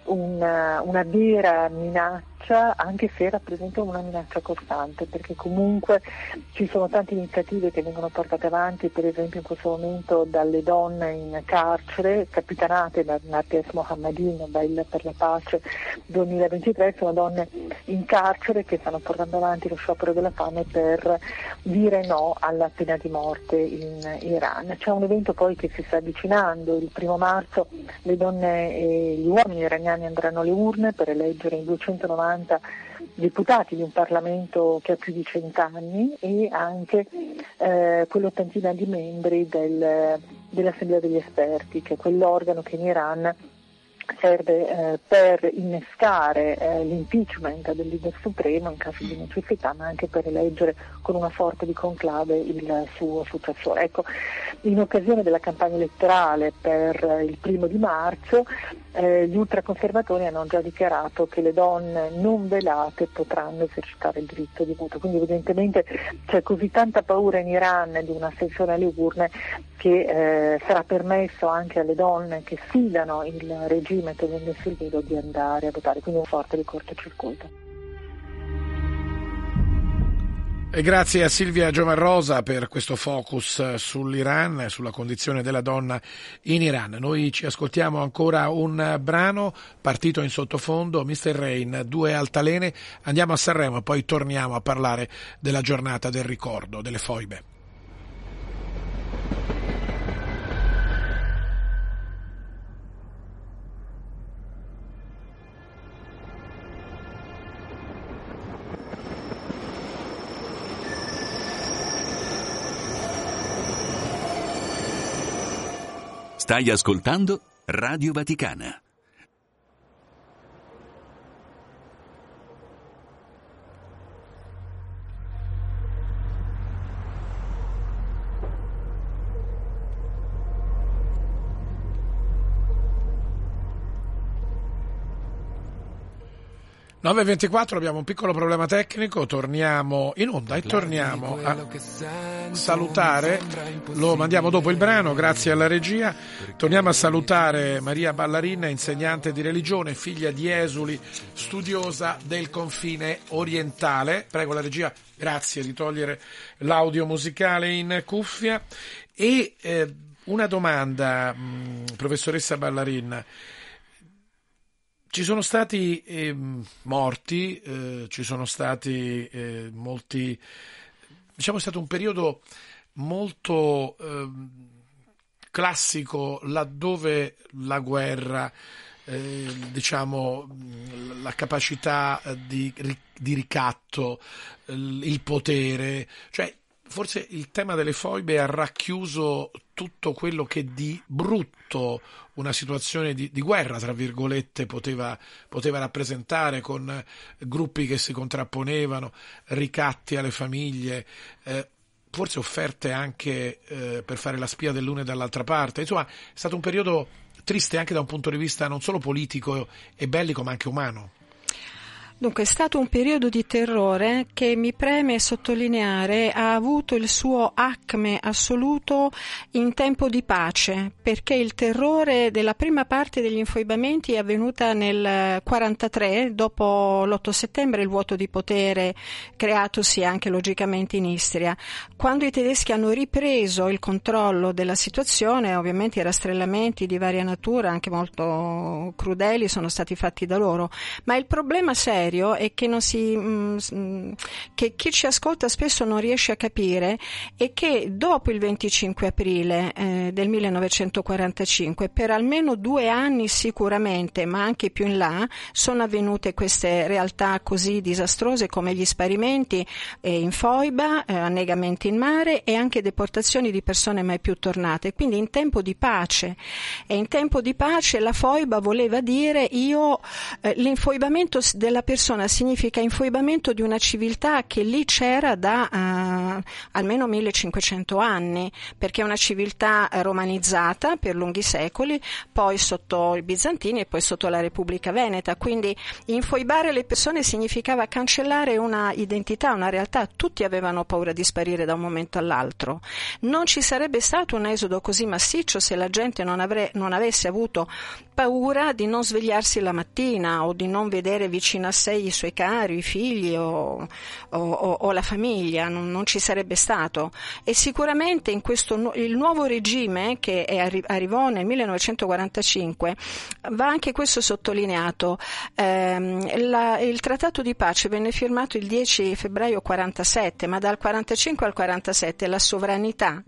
una vera minaccia, anche se rappresentano una minaccia costante, perché comunque ci sono tante iniziative che vengono portate avanti, per esempio in questo momento dalle donne in carcere, capitanate da Narges Mohammadi, Nobel per la pace 2023, sono donne in carcere che stanno portando avanti lo sciopero della fame per dire no alla pena di morte in Iran. C'è un evento poi che si sta avvicinando, il 1° marzo le donne e gli uomini iraniani andranno alle urne per eleggere i 290 deputati di un Parlamento che ha più di 100 anni e anche quell'ottantina di membri dell'Assemblea degli Esperti, che è quell'organo che in Iran serve per innescare l'impeachment del leader supremo in caso di necessità, ma anche per eleggere con una sorta di conclave il suo successore. Ecco, in occasione della campagna elettorale per il 1° marzo, gli ultraconservatori hanno già dichiarato che le donne non velate potranno esercitare il diritto di voto, quindi evidentemente c'è così tanta paura in Iran di una sessione alle urne che sarà permesso anche alle donne che sfidano il regime tenendo in silvero di andare a votare, quindi un forte di cortocircuito. E grazie a Silvia Giovarrosa per questo focus sull'Iran e sulla condizione della donna in Iran. Noi ci ascoltiamo ancora un brano partito in sottofondo, Mr. Rain, 2 altalene. Andiamo a Sanremo e poi torniamo a parlare della giornata del ricordo, delle foibe. Stai ascoltando Radio Vaticana. – 9:24, abbiamo un piccolo problema tecnico, torniamo in onda e torniamo a salutare, lo mandiamo dopo il brano, grazie alla regia, torniamo a salutare Maria Ballarin, insegnante di religione, figlia di esuli, studiosa del confine orientale. Prego la regia, grazie, di togliere l'audio musicale in cuffia. E una domanda, professoressa Ballarin. Ci sono stati morti, ci sono stati molti, diciamo è stato un periodo molto classico laddove la guerra, diciamo la capacità di ricatto, il potere, cioè forse il tema delle foibe ha racchiuso tutto quello che di brutto una situazione di guerra, tra virgolette, poteva rappresentare, con gruppi che si contrapponevano, ricatti alle famiglie, forse offerte anche per fare la spia dell'una e dall'altra parte. Insomma, è stato un periodo triste anche da un punto di vista non solo politico e bellico, ma anche umano. Dunque, è stato un periodo di terrore che, mi preme sottolineare, ha avuto il suo acme assoluto in tempo di pace, perché il terrore della prima parte degli infoibamenti è avvenuta nel 1943, dopo l'8 settembre, il vuoto di potere creatosi anche logicamente in Istria. Quando i tedeschi hanno ripreso il controllo della situazione, ovviamente i rastrellamenti di varia natura, anche molto crudeli, sono stati fatti da loro, ma il problema serio è che che chi ci ascolta spesso non riesce a capire è che dopo il 25 aprile del 1945, per almeno 2 anni sicuramente, ma anche più in là, sono avvenute queste realtà così disastrose come gli sparimenti in foiba, annegamenti in mare e anche deportazioni di persone mai più tornate. Quindi in tempo di pace, e in tempo di pace la foiba voleva dire l'infoibamento della persona significa infoibamento di una civiltà che lì c'era da almeno 1500 anni, perché è una civiltà romanizzata per lunghi secoli, poi sotto i bizantini e poi sotto la Repubblica Veneta. Quindi infoibare le persone significava cancellare una identità, una realtà. Tutti avevano paura di sparire da un momento all'altro. Non ci sarebbe stato un esodo così massiccio se la gente non avesse avuto paura di non svegliarsi la mattina o di non vedere vicino a sé i suoi cari, i figli o la famiglia. Non ci sarebbe stato. E sicuramente in il nuovo regime che arrivò nel 1945 va anche questo sottolineato. Il trattato di pace venne firmato il 10 febbraio 47, ma dal 45 al 47 la sovranità,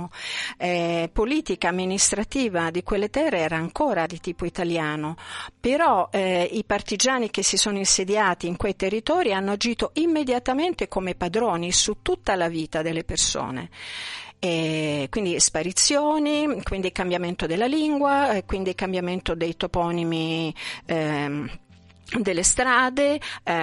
politica, amministrativa di quelle terre era ancora di tipo italiano, però i partigiani che si sono insediati in quei territori hanno agito immediatamente come padroni su tutta la vita delle persone. Quindi sparizioni, quindi cambiamento della lingua, quindi cambiamento dei toponimi delle strade,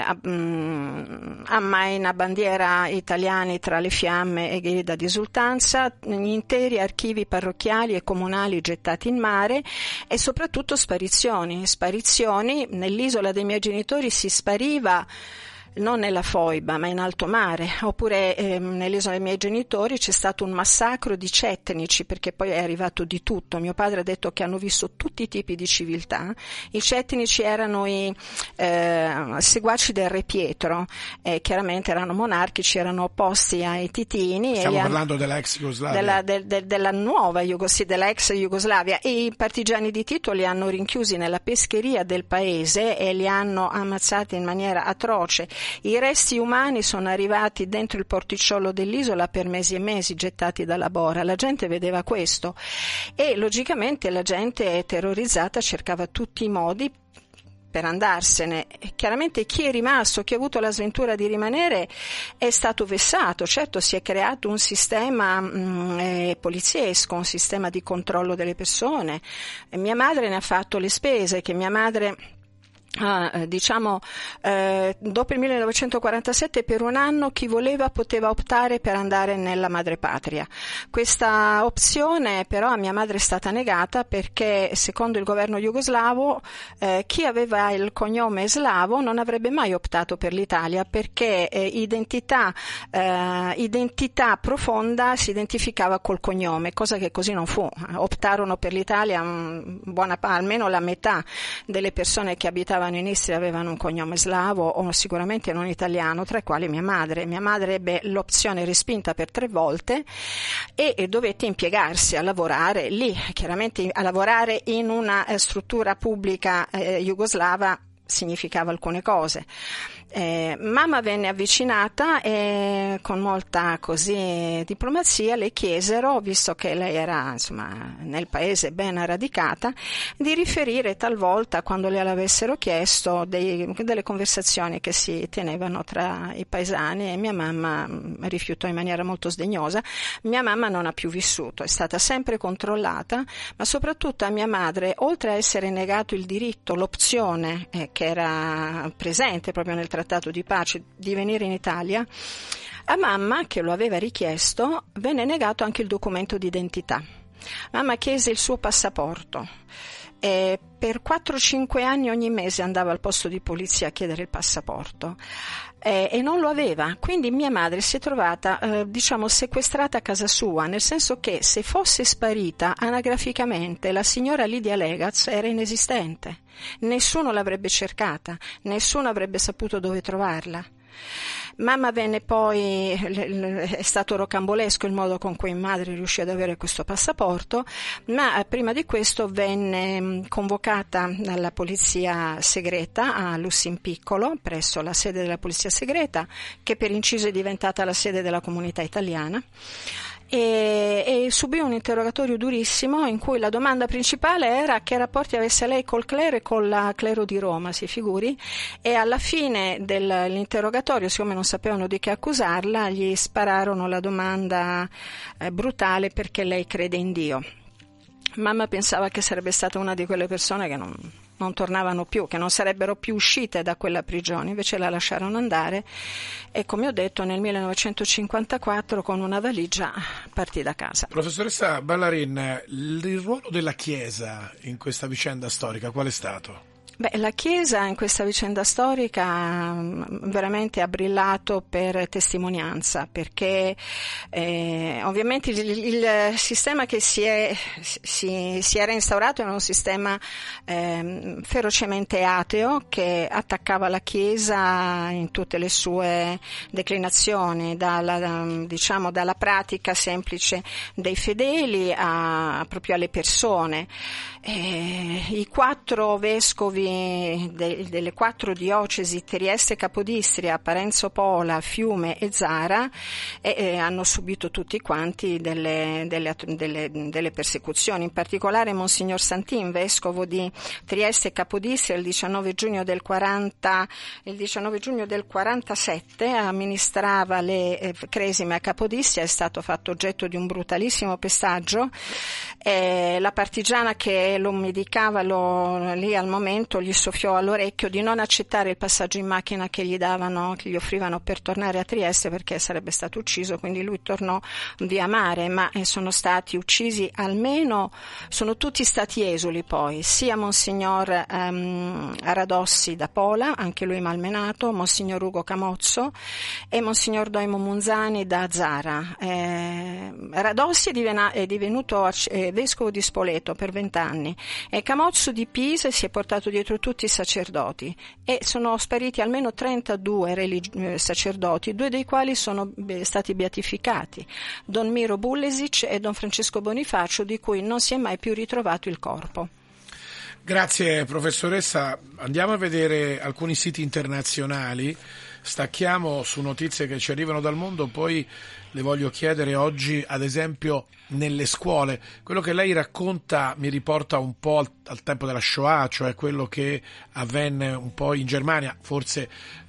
ammaina bandiera italiani tra le fiamme e grida di esultanza, interi archivi parrocchiali e comunali gettati in mare e soprattutto sparizioni. Nell'isola dei miei genitori si spariva non nella foiba ma in alto mare, oppure nell'isola dei miei genitori c'è stato un massacro di cetnici, perché poi è arrivato di tutto. Mio padre ha detto che hanno visto tutti i tipi di civiltà. I cetnici erano i seguaci del re Pietro, chiaramente erano monarchici, erano opposti ai titini. Stiamo parlando della ex Jugoslavia, della nuova della ex Jugoslavia, e i partigiani di Tito li hanno rinchiusi nella pescheria del paese e li hanno ammazzati in maniera atroce. I resti umani sono arrivati dentro il porticciolo dell'isola per mesi e mesi, gettati dalla bora. La gente vedeva questo e logicamente la gente terrorizzata cercava tutti i modi per andarsene. Chiaramente chi è rimasto, chi ha avuto la sventura di rimanere è stato vessato. Certo, si è creato un sistema poliziesco, un sistema di controllo delle persone. Mia madre ne ha fatto le spese, che mia madre dopo il 1947 per un anno chi voleva poteva optare per andare nella madrepatria. Questa opzione però a mia madre è stata negata, perché secondo il governo jugoslavo chi aveva il cognome slavo non avrebbe mai optato per l'Italia, perché identità profonda si identificava col cognome, cosa che così non fu. Optarono per l'Italia almeno la metà delle persone che abitavano in Istria avevano un cognome slavo o sicuramente non italiano, tra i quali mia madre. Mia madre ebbe l'opzione respinta per 3 volte e dovette impiegarsi a lavorare lì, chiaramente a lavorare in una struttura pubblica jugoslava significava alcune cose. Mamma venne avvicinata e con molta diplomazia le chiesero, visto che lei era nel paese ben radicata, di riferire talvolta, quando le avessero chiesto, delle conversazioni che si tenevano tra i paesani, e mia mamma rifiutò in maniera molto sdegnosa. Mia mamma non ha più vissuto, è stata sempre controllata, ma soprattutto a mia madre, oltre a essere negato il diritto, l'opzione che era presente proprio nel trattato di pace di venire in Italia, a mamma, che lo aveva richiesto, venne negato anche il documento d'identità. Mamma chiese il suo passaporto Per 4-5 anni ogni mese andava al posto di polizia a chiedere il passaporto. E non lo aveva, quindi mia madre si è trovata sequestrata a casa sua, nel senso che se fosse sparita anagraficamente la signora Lidia Legaz era inesistente, nessuno l'avrebbe cercata, nessuno avrebbe saputo dove trovarla. Mamma venne poi, è stato rocambolesco il modo con cui madre riuscì ad avere questo passaporto, ma prima di questo venne convocata dalla polizia segreta a Lussin Piccolo, presso la sede della polizia segreta, che per inciso è diventata la sede della comunità italiana. E subì un interrogatorio durissimo in cui la domanda principale era che rapporti avesse lei col clero e col clero di Roma, si figuri, e alla fine dell'interrogatorio, siccome non sapevano di che accusarla, gli spararono la domanda brutale: perché lei crede in Dio. Mamma pensava che sarebbe stata una di quelle persone che non tornavano più, che non sarebbero più uscite da quella prigione, invece la lasciarono andare e, come ho detto, nel 1954 con una valigia partì da casa. Professoressa Ballarin, il ruolo della Chiesa in questa vicenda storica qual è stato? La Chiesa in questa vicenda storica veramente ha brillato per testimonianza, perché ovviamente il sistema che si era instaurato era un sistema ferocemente ateo, che attaccava la Chiesa in tutte le sue declinazioni, dalla pratica semplice dei fedeli proprio alle persone. I 4 vescovi delle 4 diocesi, Trieste, Capodistria, Parenzo Pola, Fiume e Zara, hanno subito tutti quanti delle persecuzioni. In particolare Monsignor Santin, vescovo di Trieste e Capodistria, il 19 giugno del 47 amministrava le cresime a Capodistria, è stato fatto oggetto di un brutalissimo pestaggio. La partigiana che lo medicava lì al momento gli soffiò all'orecchio di non accettare il passaggio in macchina che gli offrivano per tornare a Trieste, perché sarebbe stato ucciso. Quindi lui tornò via mare, ma sono stati uccisi sono tutti stati esuli poi, sia Monsignor Radossi da Pola, anche lui malmenato, Monsignor Ugo Camozzo e Monsignor Doimo Munzani da Zara. Radossi è divenuto vescovo di Spoleto per 20 anni e Camozzo di Pisa si è portato dietro tutti i sacerdoti, e sono spariti almeno 32 sacerdoti, 2 dei quali sono stati beatificati, Don Miro Bullesic e Don Francesco Bonifacio, di cui non si è mai più ritrovato il corpo. Grazie professoressa, andiamo a vedere alcuni siti internazionali, stacchiamo su notizie che ci arrivano dal mondo, poi le voglio chiedere oggi, ad esempio, nelle scuole. Quello che lei racconta mi riporta un po' al tempo della Shoah, cioè quello che avvenne un po' in Germania, forse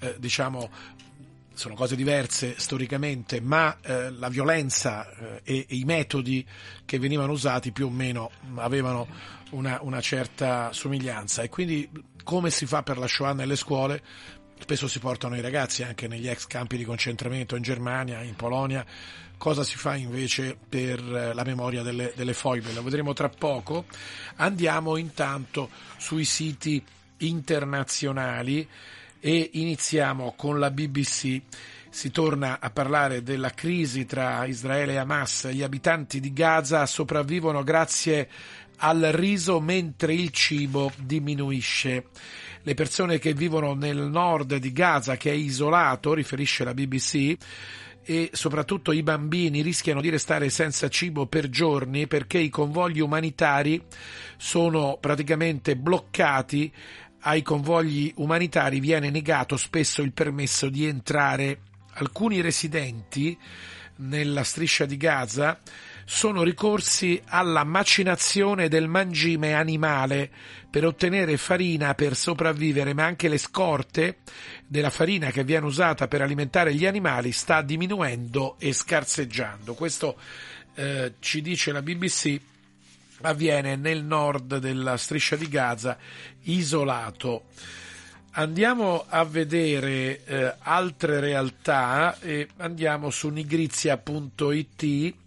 sono cose diverse storicamente, ma la violenza e i metodi che venivano usati più o meno avevano una certa somiglianza, e quindi come si fa per la Shoah nelle scuole? Spesso si portano i ragazzi anche negli ex campi di concentramento in Germania, in Polonia. Cosa si fa invece per la memoria delle foibe? Lo vedremo tra poco. Andiamo intanto sui siti internazionali e iniziamo con la BBC. Si torna a parlare della crisi tra Israele e Hamas. Gli abitanti di Gaza sopravvivono grazie al riso mentre il cibo diminuisce. Le persone che vivono nel nord di Gaza, che è isolato, riferisce la BBC, e soprattutto i bambini rischiano di restare senza cibo per giorni perché i convogli umanitari sono praticamente bloccati. Ai convogli umanitari viene negato spesso il permesso di entrare. Alcuni residenti nella striscia di Gaza sono ricorsi alla macinazione del mangime animale per ottenere farina per sopravvivere, ma anche le scorte della farina che viene usata per alimentare gli animali sta diminuendo e scarseggiando. Questo ci dice la BBC, avviene nel nord della striscia di Gaza, isolato. Andiamo a vedere altre realtà e andiamo su nigrizia.it.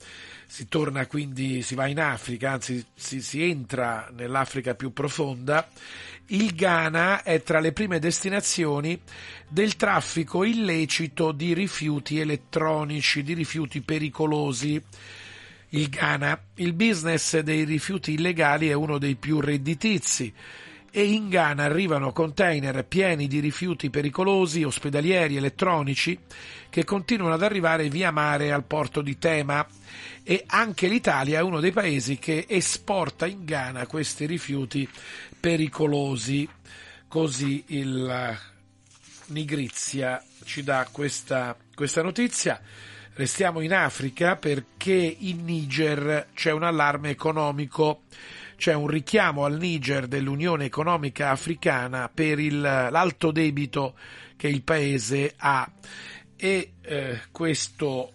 si torna quindi, si va in Africa, anzi si entra nell'Africa più profonda. Il Ghana è tra le prime destinazioni del traffico illecito di rifiuti elettronici, di rifiuti pericolosi. Il Ghana, il business dei rifiuti illegali è uno dei più redditizi e in Ghana arrivano container pieni di rifiuti pericolosi, ospedalieri, elettronici, che continuano ad arrivare via mare al porto di Tema, e anche l'Italia è uno dei paesi che esporta in Ghana questi rifiuti pericolosi. Così il Nigrizia ci dà questa notizia. Restiamo in Africa perché in Niger c'è un allarme economico, c'è un richiamo al Niger dell'Unione Economica Africana per l'alto debito che il paese ha, e questo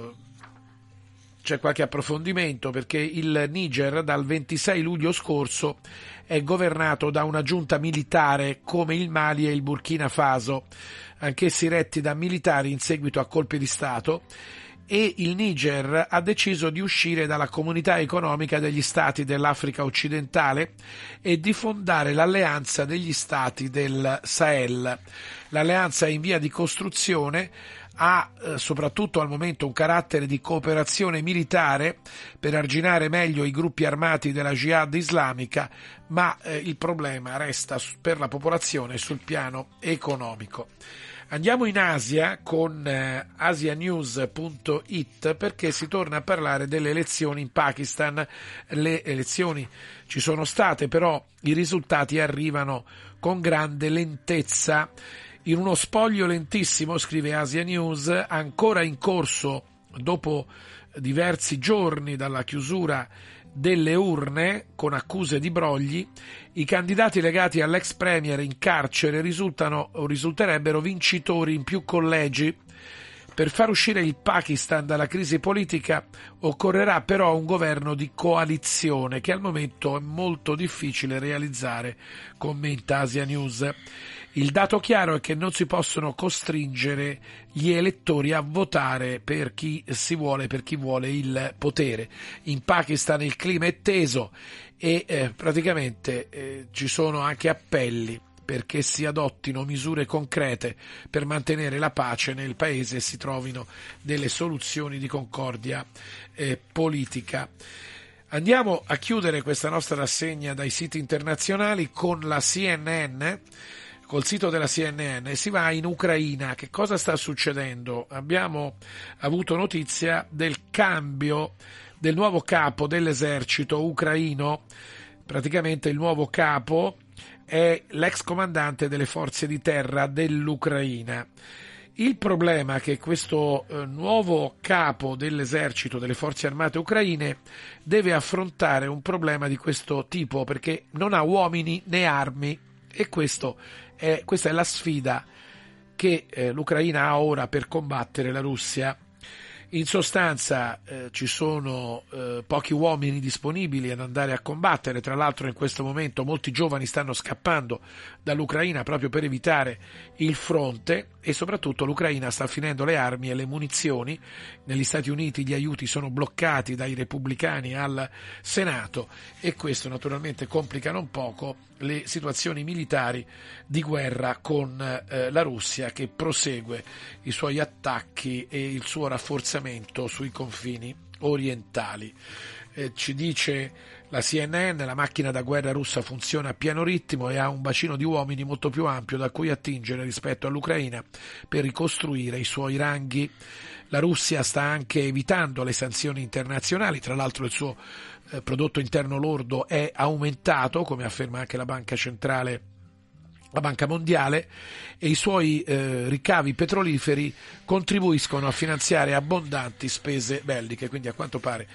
c'è qualche approfondimento perché il Niger dal 26 luglio scorso è governato da una giunta militare come il Mali e il Burkina Faso, anch'essi retti da militari in seguito a colpi di Stato, e il Niger ha deciso di uscire dalla comunità economica degli stati dell'Africa occidentale e di fondare l'alleanza degli stati del Sahel. L'alleanza è in via di costruzione, ha soprattutto al momento un carattere di cooperazione militare per arginare meglio i gruppi armati della Jihad islamica, ma il problema resta per la popolazione sul piano economico. Andiamo in Asia con asianews.it perché si torna a parlare delle elezioni in Pakistan. Le elezioni ci sono state, però i risultati arrivano con grande lentezza. In uno spoglio lentissimo, scrive Asia News, ancora in corso dopo diversi giorni dalla chiusura delle urne con accuse di brogli, i candidati legati all'ex premier in carcere risulterebbero vincitori in più collegi. Per far uscire il Pakistan dalla crisi politica occorrerà però un governo di coalizione che al momento è molto difficile realizzare, commenta Asia News. Il dato chiaro è che non si possono costringere gli elettori a votare per chi vuole il potere. In Pakistan il clima è teso e praticamente ci sono anche appelli perché si adottino misure concrete per mantenere la pace nel paese e si trovino delle soluzioni di concordia politica. Andiamo a chiudere questa nostra rassegna dai siti internazionali con la CNN. Col sito della CNN si va in Ucraina. Che cosa sta succedendo? Abbiamo avuto notizia del cambio del nuovo capo dell'esercito ucraino. Praticamente il nuovo capo è l'ex comandante delle forze di terra dell'Ucraina. Il problema è che questo nuovo capo dell'esercito delle forze armate ucraine deve affrontare un problema di questo tipo perché non ha uomini né armi, e questa è la sfida che l'Ucraina ha ora per combattere la Russia. In sostanza ci sono pochi uomini disponibili ad andare a combattere, tra l'altro in questo momento molti giovani stanno scappando dall'Ucraina proprio per evitare il fronte, e soprattutto l'Ucraina sta finendo le armi e le munizioni. Negli Stati Uniti gli aiuti sono bloccati dai repubblicani al Senato e questo naturalmente complica non poco le situazioni militari di guerra con la Russia, che prosegue i suoi attacchi e il suo rafforzamento sui confini orientali. Ci dice la CNN, la macchina da guerra russa funziona a pieno ritmo e ha un bacino di uomini molto più ampio da cui attingere rispetto all'Ucraina per ricostruire i suoi ranghi. La Russia sta anche evitando le sanzioni internazionali, tra l'altro il suo prodotto interno lordo è aumentato, come afferma anche la Banca Centrale, la Banca Mondiale, e i suoi ricavi petroliferi contribuiscono a finanziare abbondanti spese belliche, quindi a quanto pare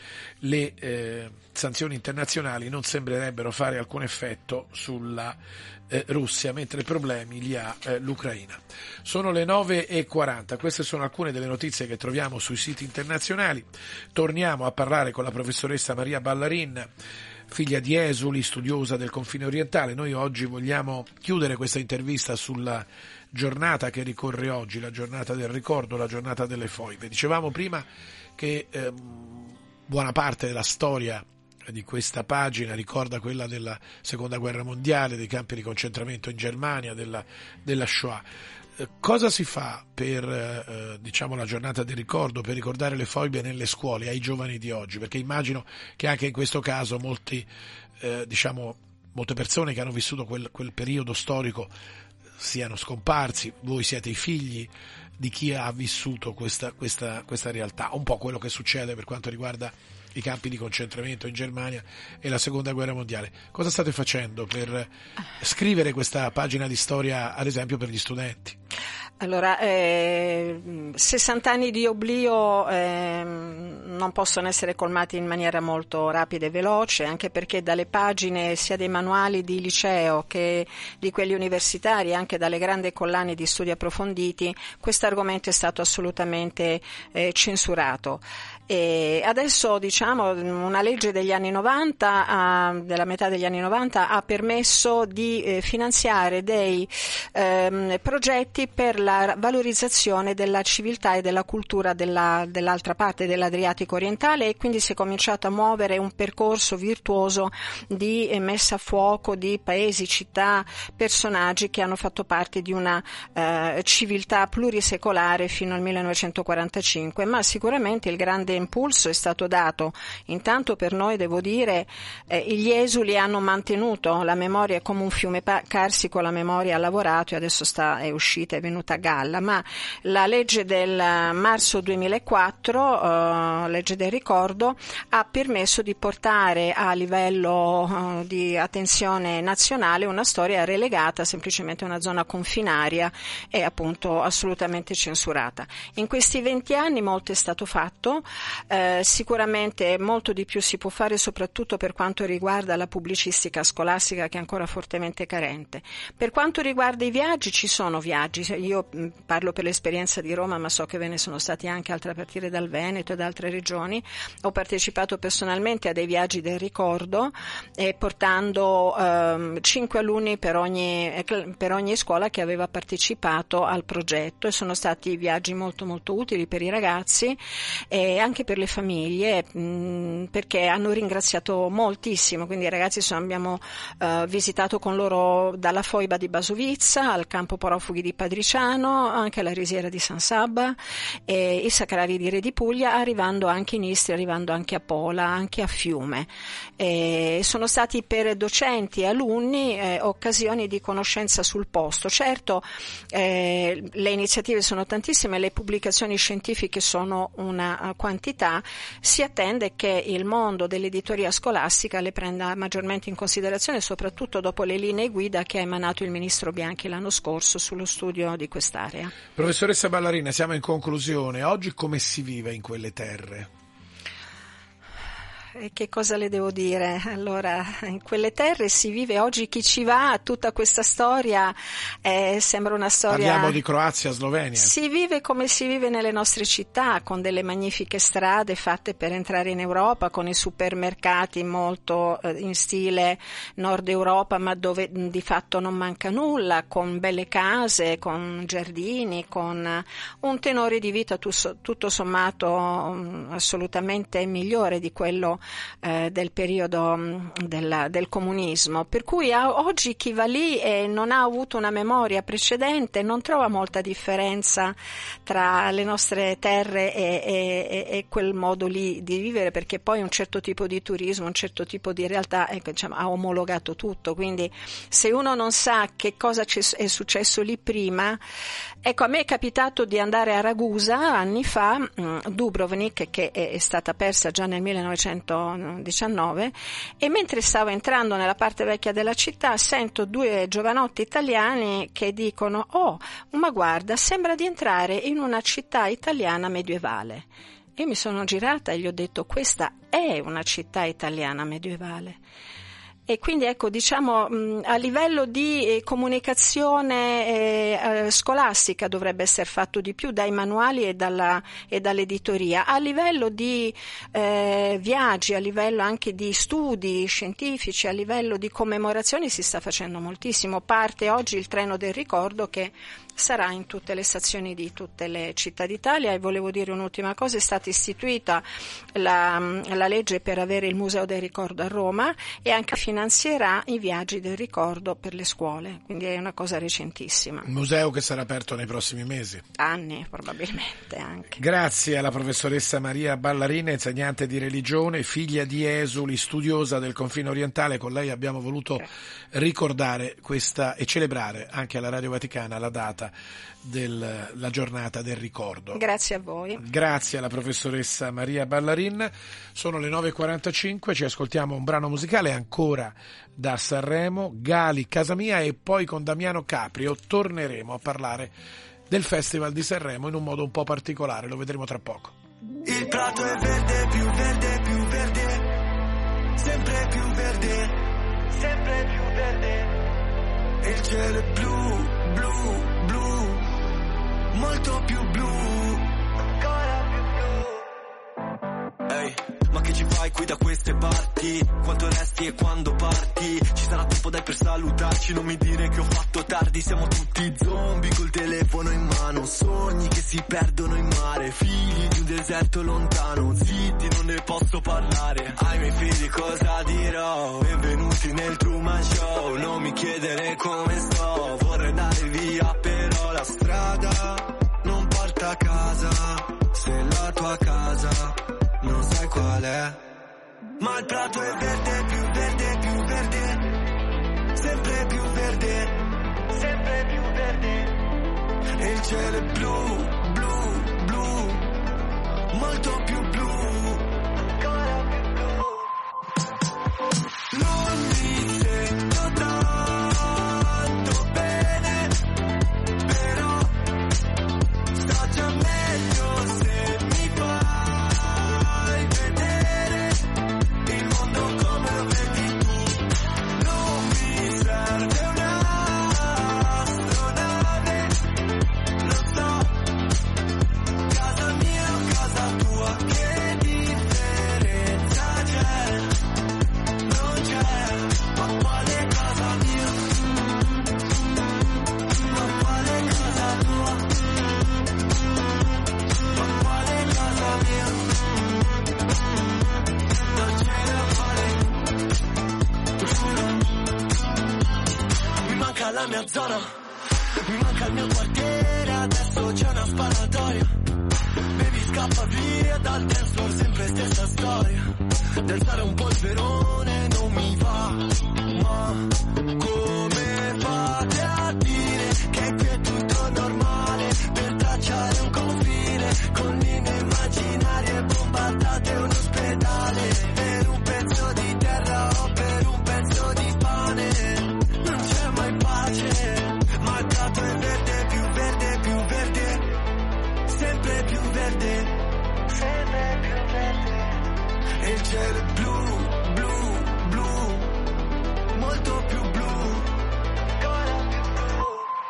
le sanzioni internazionali non sembrerebbero fare alcun effetto sulla Russia, mentre problemi li ha l'Ucraina. Sono le 9:40, queste sono alcune delle notizie che troviamo sui siti internazionali. Torniamo a parlare con la professoressa Maria Ballarin, figlia di esuli, studiosa del confine orientale. Noi oggi vogliamo chiudere questa intervista sulla giornata che ricorre oggi, la giornata del ricordo, la giornata delle foibe. Dicevamo prima che buona parte della storia di questa pagina ricorda quella della Seconda Guerra Mondiale, dei campi di concentramento in Germania, della Shoah. Cosa si fa per la giornata del ricordo, per ricordare le foibe nelle scuole ai giovani di oggi? Perché immagino che anche in questo caso molte persone che hanno vissuto quel periodo storico siano scomparsi. Voi siete i figli di chi ha vissuto questa realtà, un po' quello che succede per quanto riguarda i campi di concentramento in Germania e la Seconda Guerra Mondiale. Cosa state facendo per scrivere questa pagina di storia, ad esempio, per gli studenti? Allora, 60 anni di oblio non possono essere colmati in maniera molto rapida e veloce, anche perché dalle pagine sia dei manuali di liceo che di quelli universitari, anche dalle grandi collane di studi approfonditi, questo argomento è stato assolutamente censurato. E adesso una legge degli anni 90, della metà degli anni 90, ha permesso di finanziare dei progetti per la valorizzazione della civiltà e della cultura dell'altra parte dell'Adriatico orientale, e quindi si è cominciato a muovere un percorso virtuoso di messa a fuoco di paesi, città, personaggi che hanno fatto parte di una civiltà plurisecolare fino al 1945, ma sicuramente il grande impulso è stato dato intanto per noi, devo dire, gli esuli hanno mantenuto la memoria come un fiume carsico, la memoria ha lavorato e adesso è uscita, è venuta a galla, ma la legge del marzo 2004, legge del ricordo, ha permesso di portare a livello di attenzione nazionale una storia relegata semplicemente a una zona confinaria e appunto assolutamente censurata. In questi 20 anni molto è stato fatto. Sicuramente molto di più si può fare, soprattutto per quanto riguarda la pubblicistica scolastica, che è ancora fortemente carente. Per quanto riguarda i viaggi, ci sono viaggi, io parlo per l'esperienza di Roma, ma so che ve ne sono stati anche altri a partire dal Veneto e da altre regioni. Ho partecipato personalmente a dei viaggi del ricordo, portando 5 alunni per ogni scuola che aveva partecipato al progetto, e sono stati viaggi molto molto utili per i ragazzi e anche per le famiglie, perché hanno ringraziato moltissimo. Quindi i ragazzi abbiamo visitato con loro dalla foiba di Basovizza al campo profughi di Padriciano, anche alla risiera di San Sabba, e i sacrari di Re di Puglia, arrivando anche in Istria, arrivando anche a Pola, anche a Fiume. Sono stati per docenti e alunni occasioni di conoscenza sul posto. Certo, le iniziative sono tantissime, le pubblicazioni scientifiche sono una quantità, si attende che il mondo dell'editoria scolastica le prenda maggiormente in considerazione, soprattutto dopo le linee guida che ha emanato il ministro Bianchi l'anno scorso sullo studio di quest'area. Professoressa Ballarina, siamo in conclusione. Oggi come si vive in quelle terre? E che cosa le devo dire? Allora, in quelle terre si vive oggi, chi ci va, tutta questa storia sembra una storia... Parliamo di Croazia, Slovenia. Si vive come si vive nelle nostre città, con delle magnifiche strade fatte per entrare in Europa, con i supermercati molto in stile Nord Europa, ma dove di fatto non manca nulla, con belle case, con giardini, con un tenore di vita tutto sommato assolutamente migliore di quello del periodo del comunismo, per cui oggi chi va lì e non ha avuto una memoria precedente non trova molta differenza tra le nostre terre e quel modo lì di vivere, perché poi un certo tipo di turismo, un certo tipo di realtà ha omologato tutto. Quindi se uno non sa che cosa è successo lì prima, a me è capitato di andare a Ragusa anni fa, Dubrovnik, che è stata persa già nel 1919, e mentre stavo entrando nella parte vecchia della città sento 2 giovanotti italiani che dicono: oh, ma guarda, sembra di entrare in una città italiana medievale. Io mi sono girata e gli ho detto: questa è una città italiana medievale. E quindi a livello di comunicazione scolastica dovrebbe essere fatto di più dai manuali e dall'editoria. A livello di viaggi, a livello anche di studi scientifici, a livello di commemorazioni si sta facendo moltissimo. Parte oggi il treno del ricordo che sarà in tutte le stazioni di tutte le città d'Italia. E volevo dire un'ultima cosa: è stata istituita la legge per avere il Museo del Ricordo a Roma e anche finanzierà i viaggi del ricordo per le scuole, quindi è una cosa recentissima. Un museo che sarà aperto nei prossimi mesi. Anni probabilmente anche. Grazie alla professoressa Maria Ballarina, insegnante di religione, figlia di esuli, studiosa del confine orientale. Con lei abbiamo voluto ricordare questa e celebrare anche alla Radio Vaticana la data della giornata del ricordo. Grazie a voi. Grazie alla professoressa Maria Ballarin. Sono le 9.45, ci ascoltiamo un brano musicale ancora da Sanremo, Gali, Casa Mia, e poi con Damiano Caprio torneremo a parlare del Festival di Sanremo in un modo un po' particolare, lo vedremo tra poco. Il prato è verde, più verde, più verde, sempre più verde, sempre più verde. E il cielo è blu, blu, blu, molto più blu, ancora più blu. Ehi, ma che ci fai qui da queste parti? Quanto resti e quando parti? Ci sarà tempo dai per salutarci, non mi dire che ho fatto tardi. Siamo tutti zombie col telefono in mano, sogni che si perdono in mare, figli di un deserto lontano, zitti non ne posso parlare. Ai miei figli cosa dirò? Benvenuti nel Truman Show, non mi chiedere come sto, vorrei andare via però la strada non porta a casa, se la tua casa non sai qual è. Ma il prato è verde, più verde, più verde, sempre più verde, sempre più verde. E il cielo è blu, blu, blu, molto più blu, ancora più blu. Non mi sento tanto bene, però sto già meglio se mi fai vedere il mondo come lo vedi tu. Non mi serve un'astronave, lo so, casa mia o casa tua, che differenza c'è? Non c'è, ma quale casa mia? Ma quale casa tua? Ma quale casa mia? Non c'è da fare, giuro. Mi manca la mia zona, mi manca il mio quartiere, adesso c'è una sparatoria. Baby scappa via dal dance floor, sempre stessa storia. Danzare un polverone non mi va, ma come fate a dire che qui è tutto normale? Per tracciare un confine con linee immaginarie bombardate un ospedale. Per un pezzo di terra o per un pezzo di pane non c'è mai pace. Ma il prato è verde, più verde, più verde, sempre più verde, sempre più verde. E il cielo è blu, blu, blu, molto più blu, ancora più blu.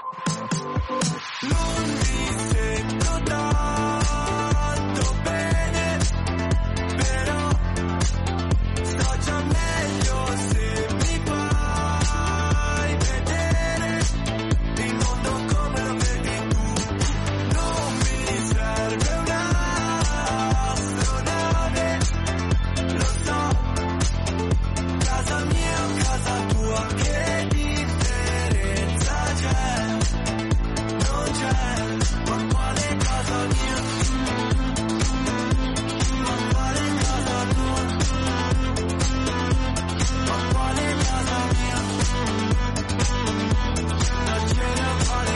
Non mi sento tanto bene, però sto già meglio se mi fai vedere il mondo come lo vedi tu. Non mi serve un'astronave, lo so, casa mia o casa tua, che differenza c'è? Non c'è, ma quale casa mia? Ma quale casa tua? Ma quale casa mia? Non c'è da fare,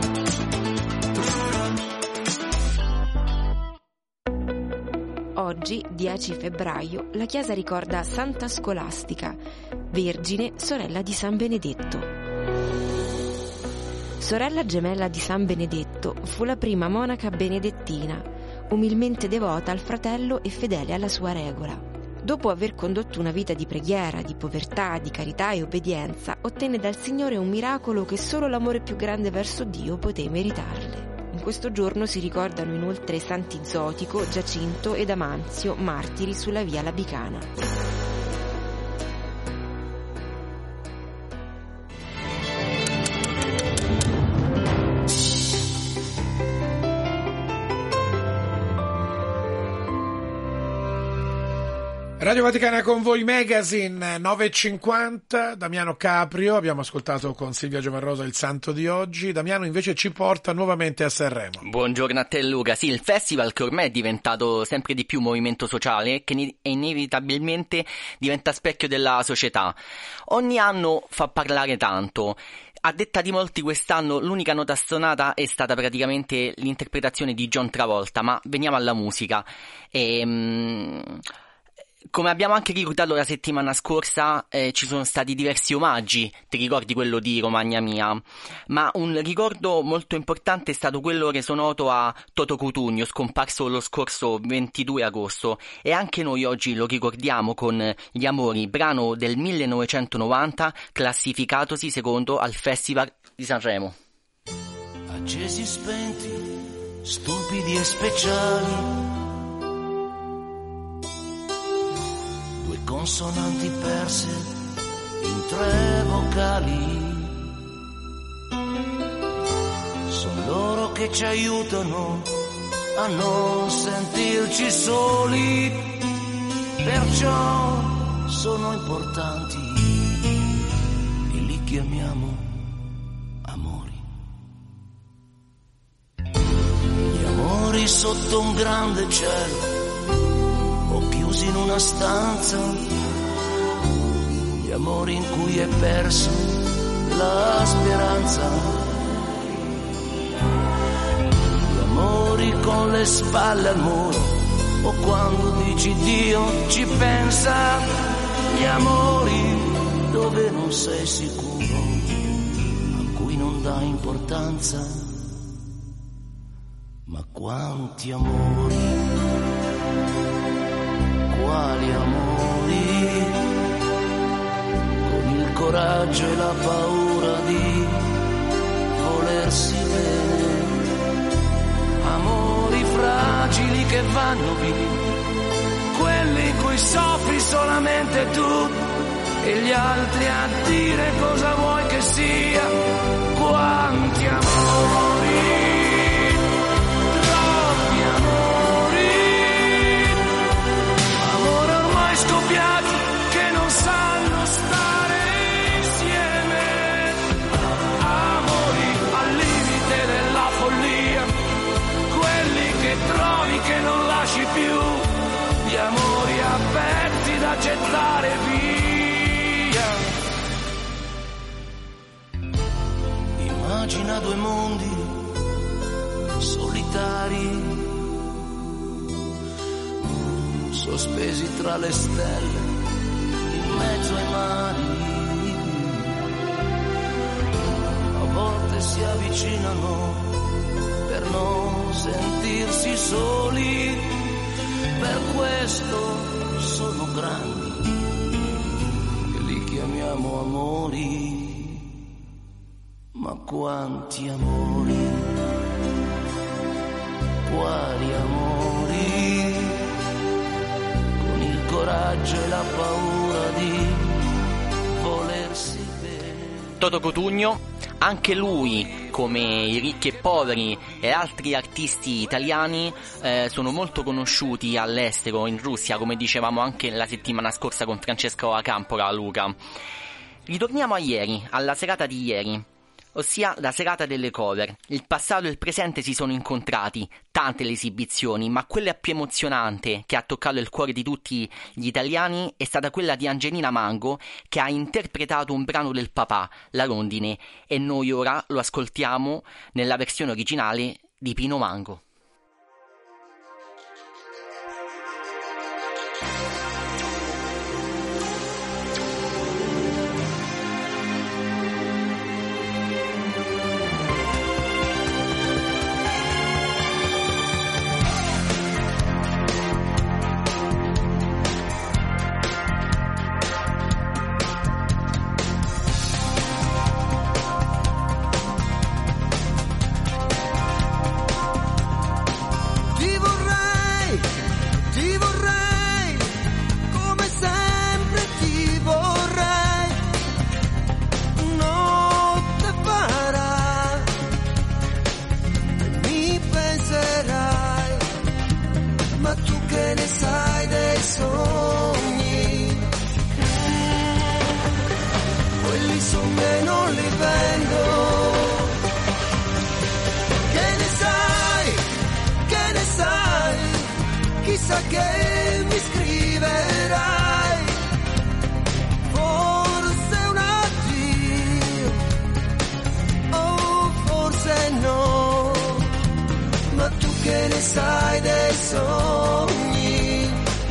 giuro. Oggi, 10 febbraio, la Chiesa ricorda Santa Scolastica, vergine, sorella di San Benedetto. Sorella gemella di San Benedetto, fu la prima monaca benedettina, umilmente devota al fratello e fedele alla sua regola. Dopo aver condotto una vita di preghiera, di povertà, di carità e obbedienza, ottenne dal Signore un miracolo che solo l'amore più grande verso Dio poté meritarle. In questo giorno si ricordano inoltre Santi Zotico, Giacinto ed Amanzio, martiri sulla via Labicana. Radio Vaticana con voi, Magazine 9.50, Damiano Caprio, abbiamo ascoltato con Silvia Giovarrosa il santo di oggi. Damiano invece ci porta nuovamente a Sanremo. Buongiorno a te Luca, sì, il festival che ormai è diventato sempre di più movimento sociale, che inevitabilmente diventa specchio della società. Ogni anno fa parlare tanto. A detta di molti quest'anno l'unica nota stonata è stata praticamente l'interpretazione di John Travolta, ma veniamo alla musica. Come abbiamo anche ricordato la settimana scorsa, ci sono stati diversi omaggi, ti ricordi quello di Romagna Mia? Ma un ricordo molto importante è stato quello reso noto a Toto Cutugno, scomparso lo scorso 22 agosto, e anche noi oggi lo ricordiamo con Gli Amori, brano del 1990 classificatosi secondo al Festival di Sanremo. Accesi spenti, stupidi e speciali, due consonanti perse in tre vocali, sono loro che ci aiutano a non sentirci soli, perciò sono importanti e li chiamiamo amori. Gli amori sotto un grande cielo, chiusi in una stanza, gli amori in cui è persa la speranza, gli amori con le spalle al muro, o quando dici Dio ci pensa, gli amori dove non sei sicuro, a cui non dai importanza, ma quanti amori, quali amori, con il coraggio e la paura di volersi bene, amori fragili che vanno via, quelli in cui soffri solamente tu e gli altri a dire cosa vuoi che sia, quanti amori. Scoppiati che non sanno stare insieme, amori al limite della follia, quelli che trovi che non lasci più, gli amori aperti da gettare via. Immagina due mondi solitari, sospesi tra le stelle, in mezzo ai mari, a volte si avvicinano per non sentirsi soli, per questo sono grandi e li chiamiamo amori, ma quanti amori, quali amori, coraggio e la paura di volersi bene. Toto Cutugno, anche lui, come i Ricchi e Poveri e altri artisti italiani, sono molto conosciuti all'estero, in Russia, come dicevamo anche la settimana scorsa con Francesco Acampora, Luca. Ritorniamo a ieri, alla serata di ieri, ossia la serata delle cover. Il passato e il presente si sono incontrati, tante le esibizioni, ma quella più emozionante che ha toccato il cuore di tutti gli italiani è stata quella di Angelina Mango, che ha interpretato un brano del papà, La Rondine, e noi ora lo ascoltiamo nella versione originale di Pino Mango. chissà che mi scriverai, forse un addio, oh forse no, ma tu che ne sai dei sogni,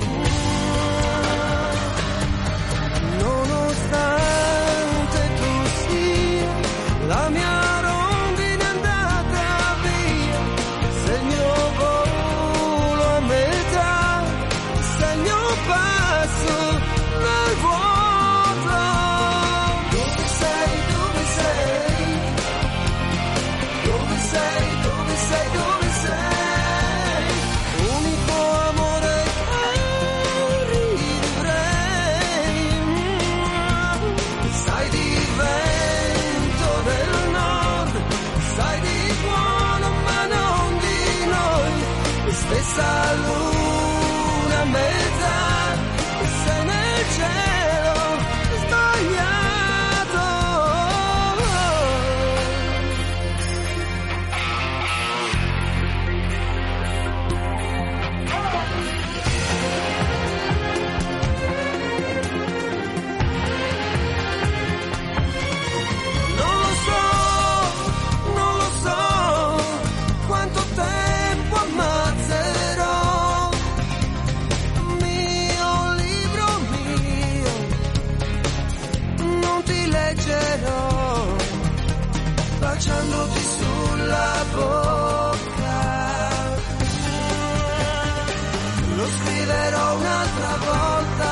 nonostante tu sia la mia rondine andata via, se il mio volo a metà, se il mio passo nel vuoto. Dove sei, dove sei? Dove sei, dove sei, dove sei? Unico amore che rivivrei. Sai di vento del nord, sai di buono ma non di noi, stessa luna a metà, sei nel cielo sbagliato. Non lo so quanto tempo ammazzerò, mio libro mio, non ti leggerò, baciandoti sulla bocca, lo scriverò un'altra volta,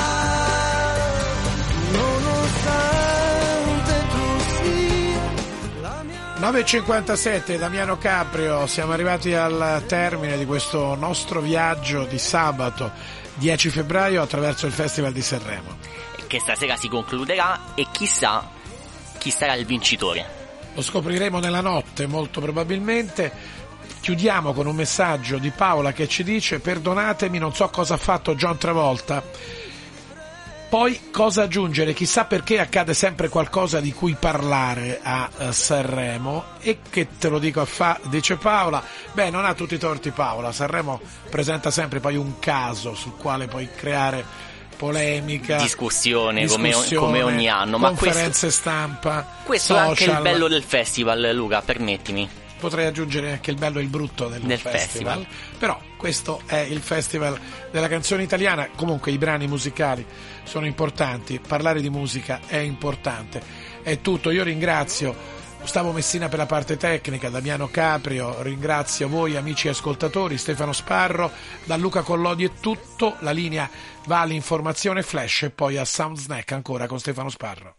nonostante tu sia la mia. 9.57, Damiano Caprio, siamo arrivati al termine di questo nostro viaggio di sabato 10 febbraio attraverso il Festival di Sanremo. Che stasera si concluderà e chissà chi sarà il vincitore. Lo scopriremo nella notte, molto probabilmente. Chiudiamo con un messaggio di Paola che ci dice: perdonatemi, non so cosa ha fatto John Travolta. Poi cosa aggiungere? Chissà perché accade sempre qualcosa di cui parlare a Sanremo. E che te lo dico dice Paola. Beh, non ha tutti i torti Paola. Sanremo presenta sempre poi un caso sul quale puoi creare polemica, discussione come ogni anno, ma conferenze stampa, questo social. È anche il bello del festival, Luca, permettimi. Potrei aggiungere anche il bello e il brutto del festival, però questo è il Festival della canzone italiana. Comunque i brani musicali sono importanti, parlare di musica è importante. È tutto, io ringrazio Gustavo Messina per la parte tecnica, Damiano Caprio, ringrazio voi amici ascoltatori, Stefano Sparro, da Luca Collodi è tutto, la linea va all'informazione flash e poi a Sound Snack ancora con Stefano Sparro.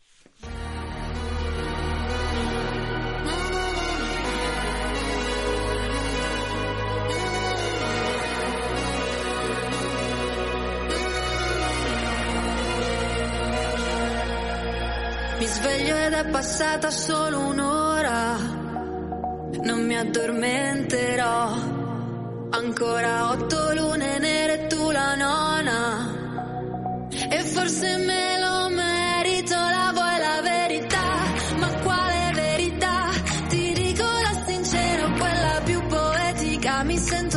Mi sveglio ed è passata solo un'ora, non mi addormenterò, ancora 8 lune nere e tu la nona, e forse me lo merito, la vuoi la verità, ma quale verità? Ti dico la sincera, quella più poetica, mi sento